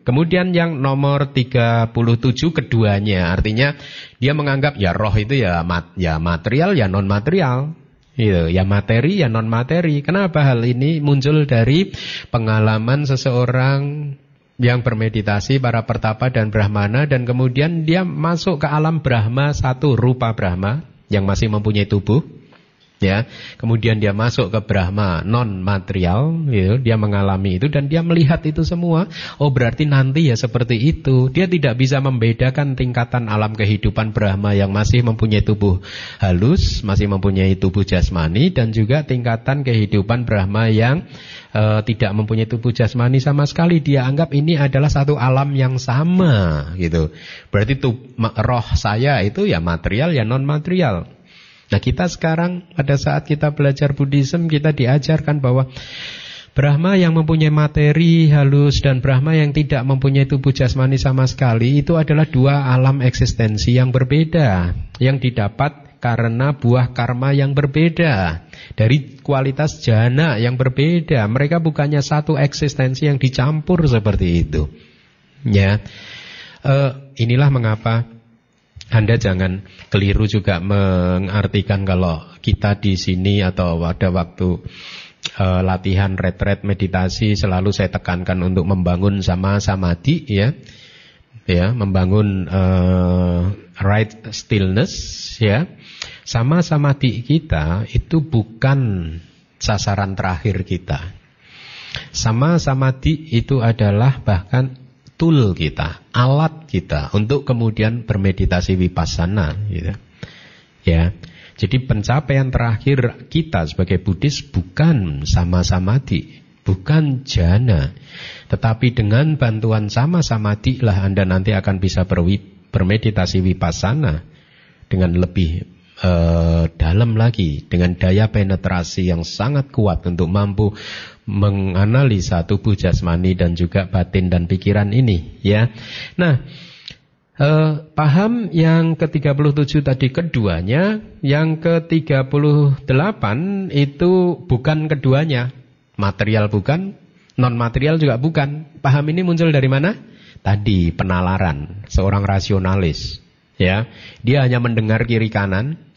Kemudian yang nomor tiga puluh tujuh keduanya, artinya dia menganggap ya roh itu ya mat, ya material ya non material. Gitu, ya materi ya non materi. Kenapa hal ini muncul dari pengalaman seseorang yang bermeditasi, para pertapa dan brahmana, dan kemudian dia masuk ke alam Brahma satu, rupa Brahma yang masih mempunyai tubuh. Ya, kemudian dia masuk ke Brahma non material, gitu, dia mengalami itu dan dia melihat itu semua. Oh, berarti nanti ya seperti itu. Dia tidak bisa membedakan tingkatan alam kehidupan Brahma yang masih mempunyai tubuh halus, masih mempunyai tubuh jasmani, dan juga tingkatan kehidupan Brahma yang uh, tidak mempunyai tubuh jasmani sama sekali. Dia anggap ini adalah satu alam yang sama, gitu. Berarti tuh, roh saya itu ya material ya non material. Nah, kita sekarang pada saat kita belajar Buddhism, kita diajarkan bahwa Brahma yang mempunyai materi halus dan Brahma yang tidak mempunyai tubuh jasmani sama sekali, itu adalah dua alam eksistensi yang berbeda, yang didapat karena buah karma yang berbeda, dari kualitas jana yang berbeda. Mereka bukannya satu eksistensi yang dicampur seperti itu. Ya, uh, inilah mengapa Anda jangan keliru juga mengartikan kalau kita di sini atau pada waktu uh, latihan retret meditasi selalu saya tekankan untuk membangun sama samadhi, ya, ya, membangun uh, right stillness, ya. Sama samadhi kita itu bukan sasaran terakhir kita. Sama samadhi itu adalah bahkan tool kita, alat kita untuk kemudian bermeditasi vipassana, gitu. Ya. Jadi pencapaian terakhir kita sebagai Buddhis bukan sama samadhi, bukan jana, tetapi dengan bantuan sama samadhi lah Anda nanti akan bisa berwi, bermeditasi vipassana dengan lebih Uh, dalam lagi, dengan daya penetrasi yang sangat kuat untuk mampu menganalisa tubuh jasmani dan juga batin dan pikiran ini, ya. Nah, uh, paham yang ke tiga puluh tujuh tadi keduanya, yang ke tiga puluh delapan itu bukan keduanya, material bukan, non material juga bukan. Paham ini muncul dari mana? Tadi penalaran, seorang rasionalis, ya. Dia hanya mendengar kiri kanan,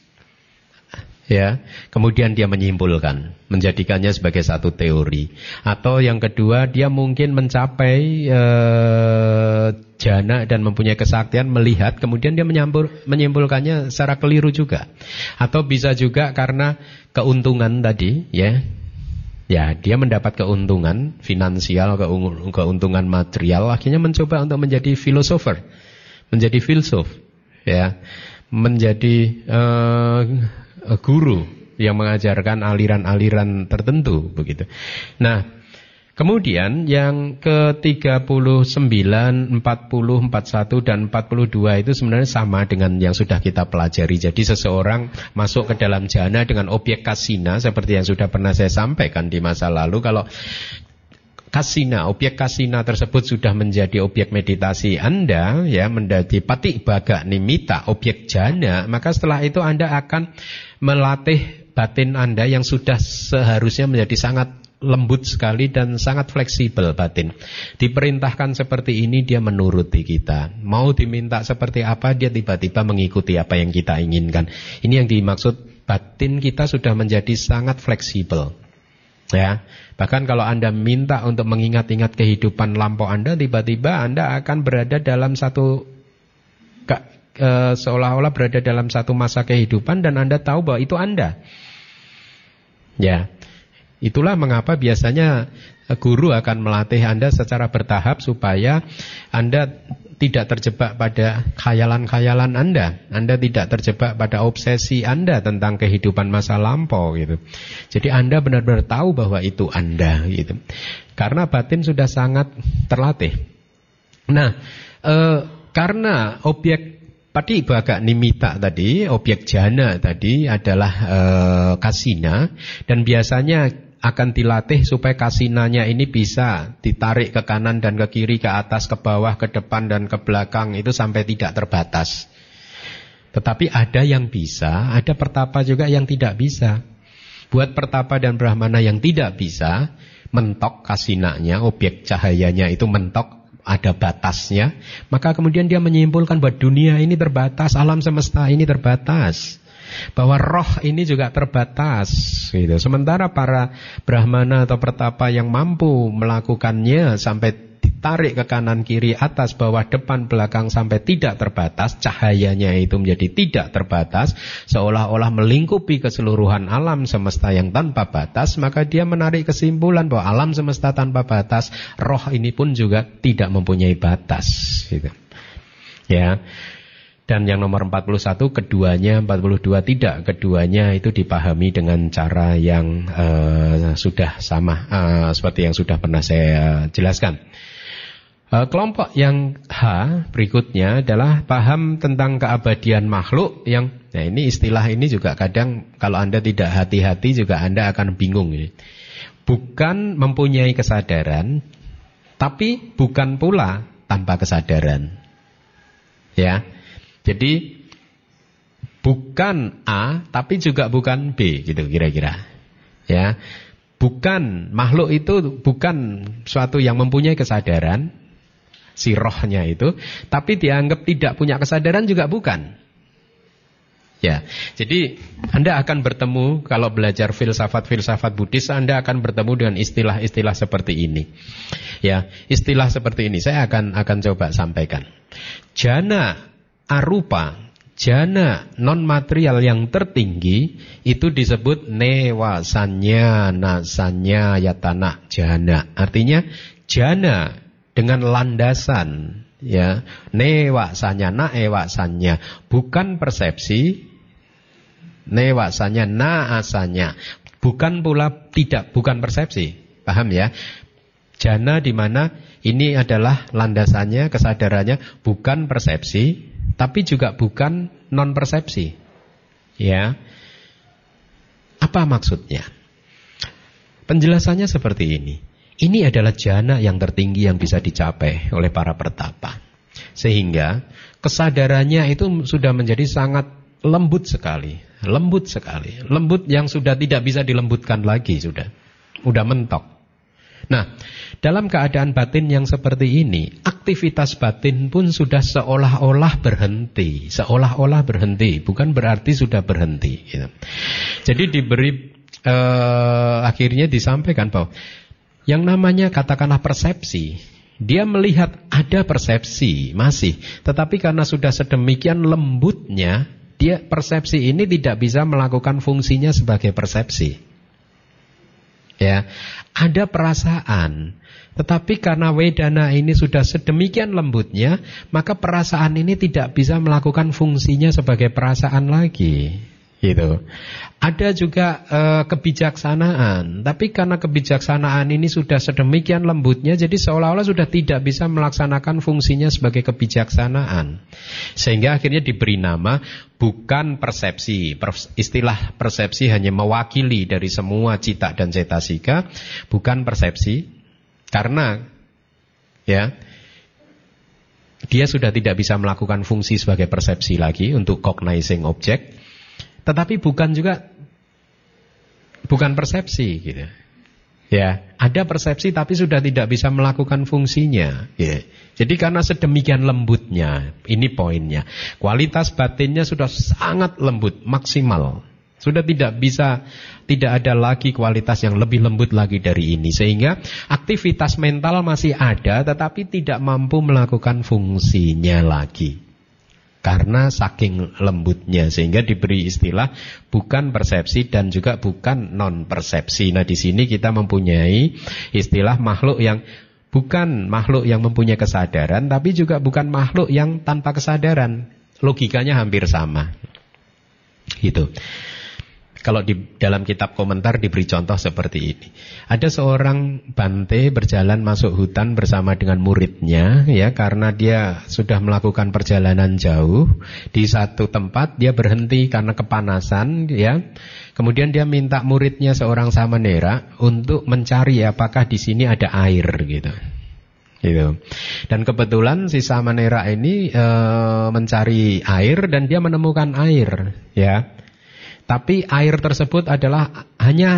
ya, kemudian dia menyimpulkan, menjadikannya sebagai satu teori. Atau yang kedua, dia mungkin mencapai eh, jana dan mempunyai kesaktian melihat, kemudian dia menyampul, menyimpulkannya secara keliru juga. Atau bisa juga karena keuntungan tadi, ya, ya, dia mendapat keuntungan finansial, keuntungan material, akhirnya mencoba untuk menjadi filosofer, menjadi filsuf, ya, menjadi uh, guru yang mengajarkan aliran-aliran tertentu, begitu. Nah, kemudian yang ke tiga puluh sembilan, empat puluh, empat puluh satu dan empat puluh dua itu sebenarnya sama dengan yang sudah kita pelajari. Jadi seseorang masuk ke dalam jana dengan objek kasina seperti yang sudah pernah saya sampaikan di masa lalu. Kalau kasina, objek kasina tersebut sudah menjadi objek meditasi Anda, ya, menjadi patikbaga nimita, objek jana, maka setelah itu Anda akan melatih batin Anda yang sudah seharusnya menjadi sangat lembut sekali dan sangat fleksibel batin. Diperintahkan seperti ini, dia menuruti kita. Mau diminta seperti apa, dia tiba-tiba mengikuti apa yang kita inginkan. Ini yang dimaksud batin kita sudah menjadi sangat fleksibel. Ya, bahkan kalau Anda minta untuk mengingat-ingat kehidupan lampau Anda, tiba-tiba Anda akan berada dalam satu ke, e, seolah-olah berada dalam satu masa kehidupan dan Anda tahu bahwa itu Anda. Ya, itulah mengapa biasanya guru akan melatih Anda secara bertahap supaya Anda tidak terjebak pada khayalan-khayalan Anda. Anda tidak terjebak pada obsesi Anda tentang kehidupan masa lampau, gitu. Jadi Anda benar-benar tahu bahwa itu Anda, gitu. Karena batin sudah sangat terlatih. Nah, eh, karena objek patikbaga nimita tadi, objek jana tadi adalah eh, kasina, dan biasanya akan dilatih supaya kasinanya ini bisa ditarik ke kanan dan ke kiri, ke atas, ke bawah, ke depan dan ke belakang, itu sampai tidak terbatas. Tetapi ada yang bisa, ada pertapa juga yang tidak bisa. Buat pertapa dan brahmana yang tidak bisa, mentok kasinanya, objek cahayanya itu mentok ada batasnya, maka kemudian dia menyimpulkan bahwa dunia ini terbatas, alam semesta ini terbatas, bahwa roh ini juga terbatas gitu. Sementara para brahmana atau pertapa yang mampu melakukannya sampai ditarik ke kanan kiri atas bawah depan belakang sampai tidak terbatas, cahayanya itu menjadi tidak terbatas, seolah-olah melingkupi keseluruhan alam semesta yang tanpa batas, maka dia menarik kesimpulan bahwa alam semesta tanpa batas, roh ini pun juga tidak mempunyai batas gitu. Ya. Dan yang nomor empat puluh satu, keduanya, empat puluh dua tidak, keduanya itu dipahami dengan cara yang uh, sudah sama, uh, seperti yang sudah pernah saya jelaskan. Uh, kelompok yang H berikutnya adalah paham tentang keabadian makhluk yang, nah ini istilah ini juga kadang kalau Anda tidak hati-hati juga Anda akan bingung. Ini. Bukan mempunyai kesadaran, tapi bukan pula tanpa kesadaran. Ya. Jadi bukan A tapi juga bukan B gitu kira-kira. Ya. Bukan makhluk itu bukan suatu yang mempunyai kesadaran, si rohnya itu, tapi dianggap tidak punya kesadaran juga bukan. Ya. Jadi Anda akan bertemu kalau belajar filsafat-filsafat Buddhis, Anda akan bertemu dengan istilah-istilah seperti ini. Ya, istilah seperti ini saya akan akan coba sampaikan. Jana arupa, jana non material yang tertinggi itu disebut newasanya nasanya yatana jana. Artinya jana dengan landasan, ya, newasanya naewasanya, bukan persepsi, newasanya naasanya, bukan pula tidak bukan persepsi. Paham ya? Jana di mana ini adalah landasannya, kesadarannya bukan persepsi, tapi juga bukan non persepsi. Ya. Apa maksudnya? Penjelasannya seperti ini. Ini adalah jana yang tertinggi yang bisa dicapai oleh para pertapa. Sehingga kesadarannya itu sudah menjadi sangat lembut sekali, lembut sekali. Lembut yang sudah tidak bisa dilembutkan lagi sudah. Udah mentok. Nah, dalam keadaan batin yang seperti ini, aktivitas batin pun sudah seolah-olah berhenti, seolah-olah berhenti, bukan berarti sudah berhenti. Gitu. Jadi diberi eh, akhirnya disampaikan bahwa yang namanya katakanlah persepsi, dia melihat ada persepsi masih, tetapi karena sudah sedemikian lembutnya, dia persepsi ini tidak bisa melakukan fungsinya sebagai persepsi. Ya, ada perasaan, tetapi karena wedana ini sudah sedemikian lembutnya, maka perasaan ini tidak bisa melakukan fungsinya sebagai perasaan lagi, gitu. Ada juga e, kebijaksanaan, tapi karena kebijaksanaan ini sudah sedemikian lembutnya, jadi seolah-olah sudah tidak bisa melaksanakan fungsinya sebagai kebijaksanaan, sehingga akhirnya diberi nama bukan persepsi. Istilah persepsi hanya mewakili dari semua cita dan cetasika, bukan persepsi, karena ya dia sudah tidak bisa melakukan fungsi sebagai persepsi lagi untuk cognizing object. Tetapi bukan juga bukan persepsi gitu. Ya, ada persepsi tapi sudah tidak bisa melakukan fungsinya. Ya. Jadi karena sedemikian lembutnya, ini poinnya. Kualitas batinnya sudah sangat lembut, maksimal. Sudah tidak bisa, tidak ada lagi kualitas yang lebih lembut lagi dari ini. Sehingga aktivitas mental masih ada tetapi tidak mampu melakukan fungsinya lagi. Karena saking lembutnya, sehingga diberi istilah bukan persepsi dan juga bukan non persepsi. Nah, di sini kita mempunyai istilah makhluk yang bukan makhluk yang mempunyai kesadaran, tapi juga bukan makhluk yang tanpa kesadaran. Logikanya hampir sama. Gitu. Kalau di dalam kitab komentar diberi contoh seperti ini. Ada seorang bante berjalan masuk hutan bersama dengan muridnya, ya, karena dia sudah melakukan perjalanan jauh. Di satu tempat dia berhenti karena kepanasan, ya. Kemudian dia minta muridnya seorang samanera untuk mencari apakah di sini ada air, gitu. Gitu. Dan kebetulan si samanera ini e, mencari air dan dia menemukan air, ya. Tapi air tersebut adalah hanya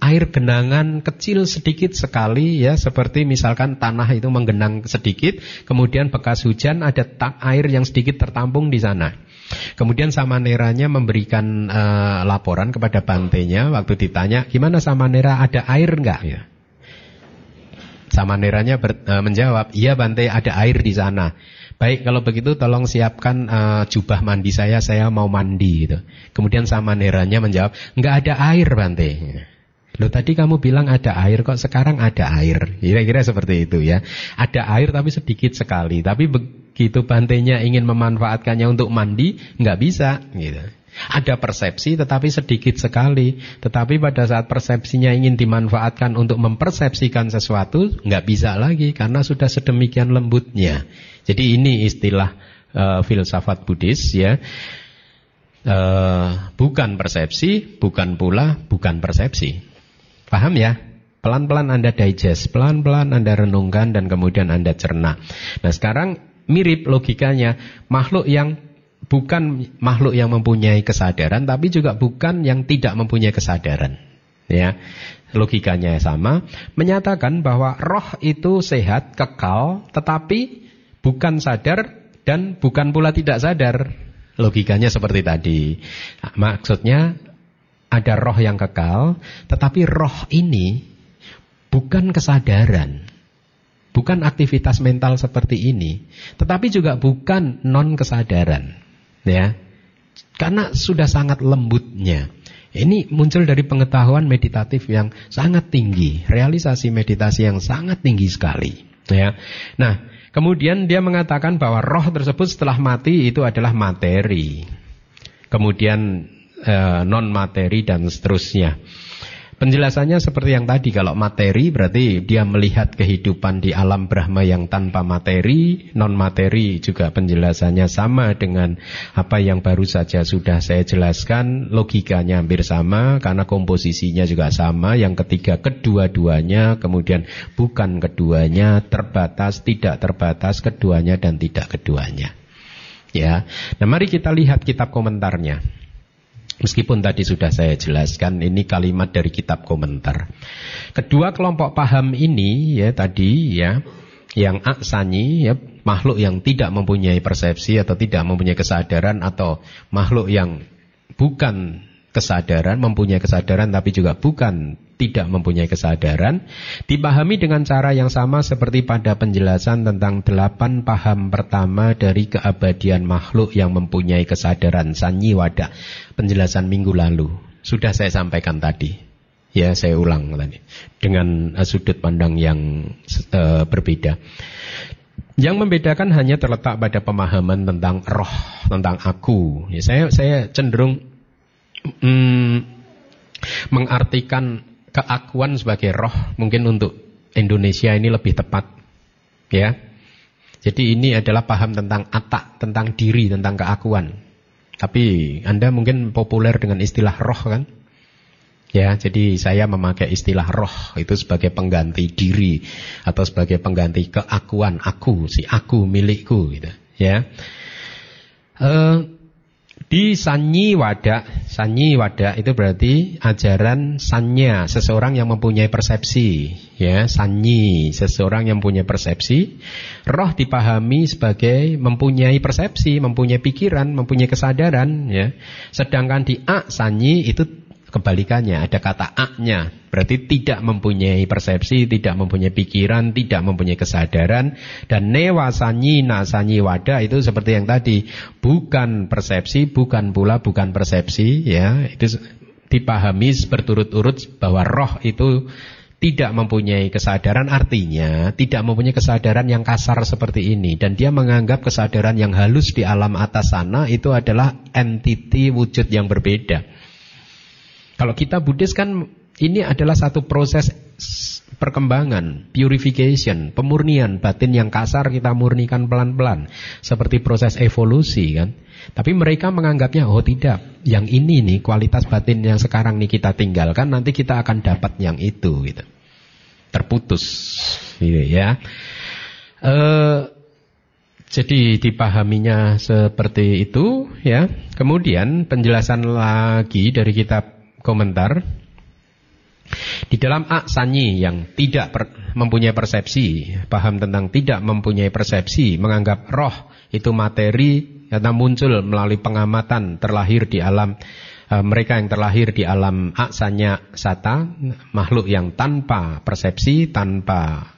air genangan kecil sedikit sekali ya, seperti misalkan tanah itu menggenang sedikit, kemudian bekas hujan ada tak air yang sedikit tertampung di sana. Kemudian Samaneranya memberikan uh, laporan kepada Bantenya waktu ditanya, gimana Samanera, ada air enggak? Ya. Samaneranya ber, uh, menjawab, iya Bante, ada air di sana. Baik, kalau begitu tolong siapkan uh, jubah mandi saya, saya mau mandi gitu. Kemudian Samaneranya menjawab, enggak ada air Bante. Loh tadi kamu bilang ada air, kok sekarang ada air? Kira-kira seperti itu ya. Ada air tapi sedikit sekali. Tapi begitu Bantenya ingin memanfaatkannya untuk mandi, nggak bisa gitu. Ada persepsi tetapi sedikit sekali. Tetapi pada saat persepsinya ingin dimanfaatkan untuk mempersepsikan sesuatu, nggak bisa lagi karena sudah sedemikian lembutnya. Jadi ini istilah uh, filsafat Buddhis ya. Uh, bukan persepsi, bukan pula bukan persepsi. Paham ya? Pelan-pelan Anda digest, pelan-pelan Anda renungkan dan kemudian Anda cerna. Nah sekarang mirip logikanya, makhluk yang bukan makhluk yang mempunyai kesadaran, tapi juga bukan yang tidak mempunyai kesadaran. Ya, logikanya sama, menyatakan bahwa roh itu sehat, kekal, tetapi bukan sadar dan bukan pula tidak sadar. Logikanya seperti tadi. Maksudnya ada roh yang kekal, tetapi roh ini bukan kesadaran, bukan aktivitas mental seperti ini, tetapi juga bukan non-kesadaran, ya, karena sudah sangat lembutnya. Ini muncul dari pengetahuan meditatif yang sangat tinggi, realisasi meditasi yang sangat tinggi sekali, ya. Nah, kemudian dia mengatakan bahwa roh tersebut setelah mati itu adalah materi, kemudian Uh, non-materi dan seterusnya. Penjelasannya seperti yang tadi, kalau materi berarti dia melihat kehidupan di alam Brahma yang tanpa materi, non-materi juga penjelasannya sama dengan apa yang baru saja sudah saya jelaskan, logikanya hampir sama karena komposisinya juga sama, yang ketiga kedua-duanya, kemudian bukan keduanya, terbatas, tidak terbatas, keduanya dan tidak keduanya. Ya. Nah, mari kita lihat kitab komentarnya. Meskipun tadi sudah saya jelaskan, ini kalimat dari kitab komentar. Kedua kelompok paham ini ya tadi ya, yang aksanyi ya, makhluk yang tidak mempunyai persepsi atau tidak mempunyai kesadaran, atau makhluk yang bukan kesadaran, mempunyai kesadaran tapi juga bukan tidak mempunyai kesadaran, dipahami dengan cara yang sama seperti pada penjelasan tentang delapan paham pertama dari keabadian makhluk yang mempunyai kesadaran, Sanyiwada, penjelasan minggu lalu. Sudah saya sampaikan tadi. Ya, saya ulang tadi dengan sudut pandang yang uh, berbeda. Yang membedakan hanya terletak pada pemahaman tentang roh, tentang aku. Ya, saya saya cenderung mm, mengartikan keakuan sebagai roh mungkin untuk Indonesia ini lebih tepat, ya. Jadi ini adalah paham tentang atak, tentang diri, tentang keakuan. Tapi Anda mungkin populer dengan istilah roh kan? Ya, jadi saya memakai istilah roh itu sebagai pengganti diri atau sebagai pengganti keakuan, aku, si aku, milikku gitu, ya. Uh, Di Sanyiwada, Sanyiwada itu berarti ajaran sanya, seseorang yang mempunyai persepsi, ya, sanyi, seseorang yang mempunyai persepsi. Roh dipahami sebagai mempunyai persepsi, mempunyai pikiran, mempunyai kesadaran, ya. Sedangkan di A sanyi itu kebalikannya, ada kata A-nya, berarti tidak mempunyai persepsi, tidak mempunyai pikiran, tidak mempunyai kesadaran. Dan newa sanyi, na sanyi wada itu seperti yang tadi, bukan persepsi, bukan pula bukan persepsi, ya. Itu dipahami berturut-urut bahwa roh itu tidak mempunyai kesadaran, artinya tidak mempunyai kesadaran yang kasar seperti ini. Dan dia menganggap kesadaran yang halus di alam atas sana itu adalah entiti wujud yang berbeda. Kalau kita Buddhis kan ini adalah satu proses perkembangan, purification, pemurnian batin yang kasar kita murnikan pelan-pelan. Seperti proses evolusi kan. Tapi mereka menganggapnya, oh tidak, yang ini nih kualitas batin yang sekarang nih kita tinggalkan, nanti kita akan dapat yang itu gitu. Terputus gitu ya. Uh, Jadi dipahaminya seperti itu ya. Kemudian penjelasan lagi dari kitab komentar. Di dalam aksanyi yang tidak per, mempunyai persepsi, paham tentang tidak mempunyai persepsi, menganggap roh itu materi yang muncul melalui pengamatan terlahir di alam, e, mereka yang terlahir di alam aksanya sata, makhluk yang tanpa persepsi, tanpa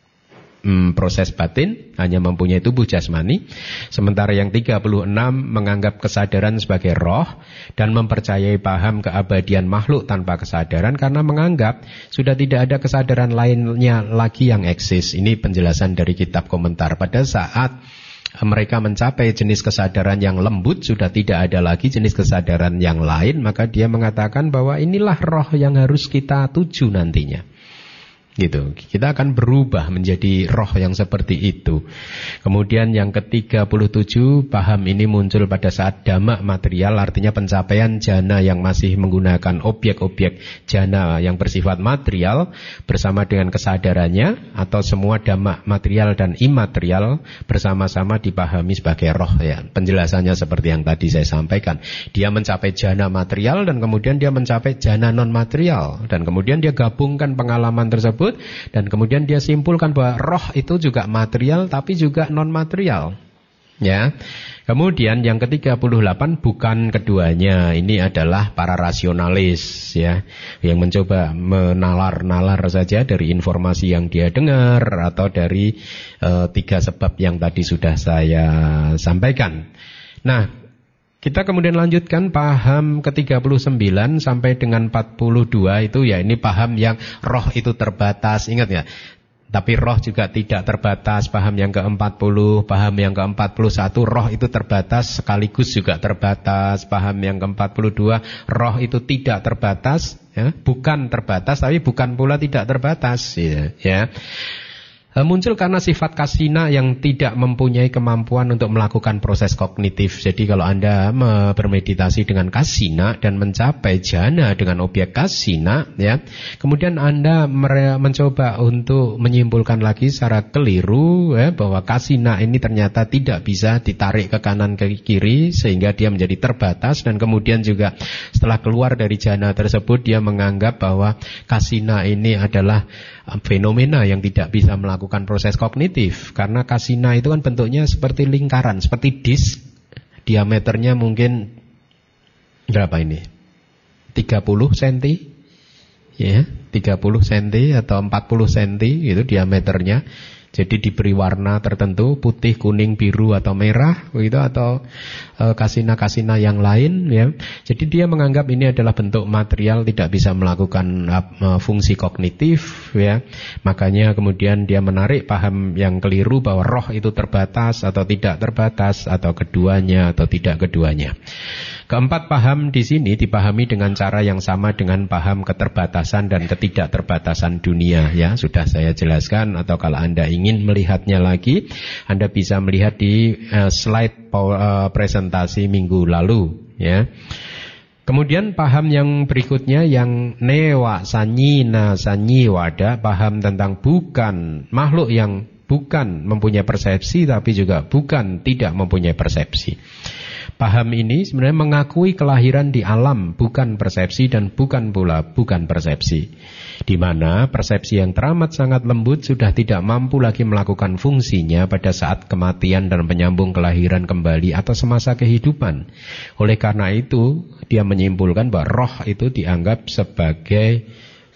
Hmm, proses batin, hanya mempunyai tubuh jasmani. Sementara yang tiga puluh enam menganggap kesadaran sebagai roh dan mempercayai paham keabadian makhluk tanpa kesadaran karena menganggap sudah tidak ada kesadaran lainnya lagi yang eksis. Ini penjelasan dari kitab komentar. Pada saat mereka mencapai jenis kesadaran yang lembut, sudah tidak ada lagi jenis kesadaran yang lain, maka dia mengatakan bahwa inilah roh yang harus kita tuju nantinya. Gitu. Kita akan berubah menjadi roh yang seperti itu. Kemudian yang ke tiga puluh tujuh, paham ini muncul pada saat dhamma material, artinya pencapaian jana yang masih menggunakan objek-objek jana yang bersifat material bersama dengan kesadarannya, atau semua dhamma material dan imaterial bersama-sama dipahami sebagai roh ya. Penjelasannya seperti yang tadi saya sampaikan. Dia mencapai jana material dan kemudian dia mencapai jana non material, dan kemudian dia gabungkan pengalaman tersebut dan kemudian dia simpulkan bahwa roh itu juga material tapi juga non material. Ya. Kemudian yang ke tiga puluh delapan bukan keduanya. Ini adalah para rasionalis ya, yang mencoba menalar-nalar saja dari informasi yang dia dengar atau dari uh, tiga sebab yang tadi sudah saya sampaikan. Nah, kita kemudian lanjutkan paham ke tiga puluh sembilan sampai dengan empat puluh dua itu ya, ini paham yang roh itu terbatas, ingat ya. Tapi roh juga tidak terbatas, paham yang ke empat puluh, paham yang ke empat puluh satu, roh itu terbatas sekaligus juga terbatas, paham yang ke empat puluh dua, roh itu tidak terbatas, ya, bukan terbatas tapi bukan pula tidak terbatas, ya. ya. Muncul karena sifat kasina yang tidak mempunyai kemampuan untuk melakukan proses kognitif. Jadi kalau Anda bermeditasi dengan kasina dan mencapai jana dengan objek kasina, ya, kemudian Anda mencoba untuk menyimpulkan lagi secara keliru ya, bahwa kasina ini ternyata tidak bisa ditarik ke kanan ke kiri sehingga dia menjadi terbatas, dan kemudian juga setelah keluar dari jana tersebut dia menganggap bahwa kasina ini adalah fenomena yang tidak bisa melakukan proses kognitif, karena kasina itu kan bentuknya seperti lingkaran, seperti disk, diameternya mungkin berapa ini? tiga puluh sentimeter, ya, tiga puluh sentimeter atau empat puluh sentimeter itu diameternya. Jadi diberi warna tertentu, putih, kuning, biru atau merah begitu, atau e, kasina-kasina yang lain ya. Jadi dia menganggap ini adalah bentuk material, tidak bisa melakukan e, fungsi kognitif ya. Makanya kemudian dia menarik paham yang keliru bahwa roh itu terbatas atau tidak terbatas, atau keduanya atau tidak keduanya. Keempat paham di sini dipahami dengan cara yang sama dengan paham keterbatasan dan ketidakterbatasan dunia ya. Sudah saya jelaskan, atau kalau Anda ingin melihatnya lagi, Anda bisa melihat di uh, slide uh, presentasi minggu lalu ya. Kemudian paham yang berikutnya yang newa sanyina sanyiwada, paham tentang bukan makhluk yang bukan mempunyai persepsi tapi juga bukan tidak mempunyai persepsi. Paham ini sebenarnya mengakui kelahiran di alam bukan persepsi dan bukan pula bukan persepsi, di mana persepsi yang teramat sangat lembut sudah tidak mampu lagi melakukan fungsinya pada saat kematian dan menyambung kelahiran kembali atau semasa kehidupan. Oleh karena itu dia menyimpulkan bahwa roh itu dianggap sebagai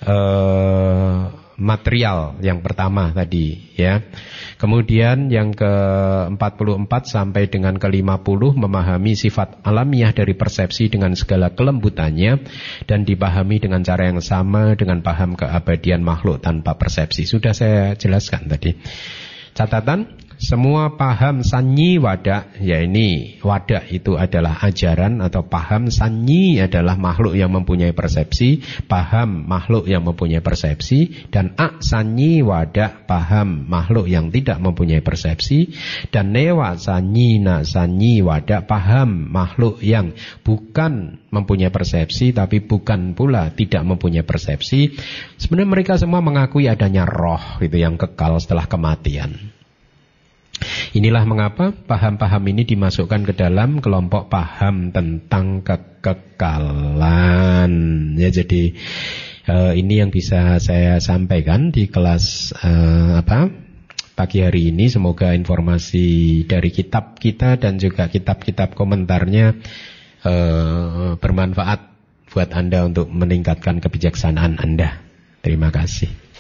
uh, material yang pertama tadi ya. Kemudian yang ke empat puluh empat sampai dengan ke lima puluh memahami sifat alamiah dari persepsi dengan segala kelembutannya dan dipahami dengan cara yang sama dengan paham keabadian makhluk tanpa persepsi. Sudah saya jelaskan tadi. Catatan, semua paham sanyi wada, ya ini wada itu adalah ajaran atau paham, sanyi adalah makhluk yang mempunyai persepsi, paham makhluk yang mempunyai persepsi, dan ak sanyi wada paham makhluk yang tidak mempunyai persepsi, dan newa sanyi na sanyi wada paham makhluk yang bukan mempunyai persepsi tapi bukan pula tidak mempunyai persepsi. Sebenarnya mereka semua mengakui adanya roh itu yang kekal setelah kematian. Inilah mengapa paham-paham ini dimasukkan ke dalam kelompok paham tentang kekekalan. Ya, jadi uh, ini yang bisa saya sampaikan di kelas uh, apa pagi hari ini. Semoga informasi dari kitab kita dan juga kitab-kitab komentarnya uh, bermanfaat buat Anda untuk meningkatkan kebijaksanaan Anda. Terima kasih.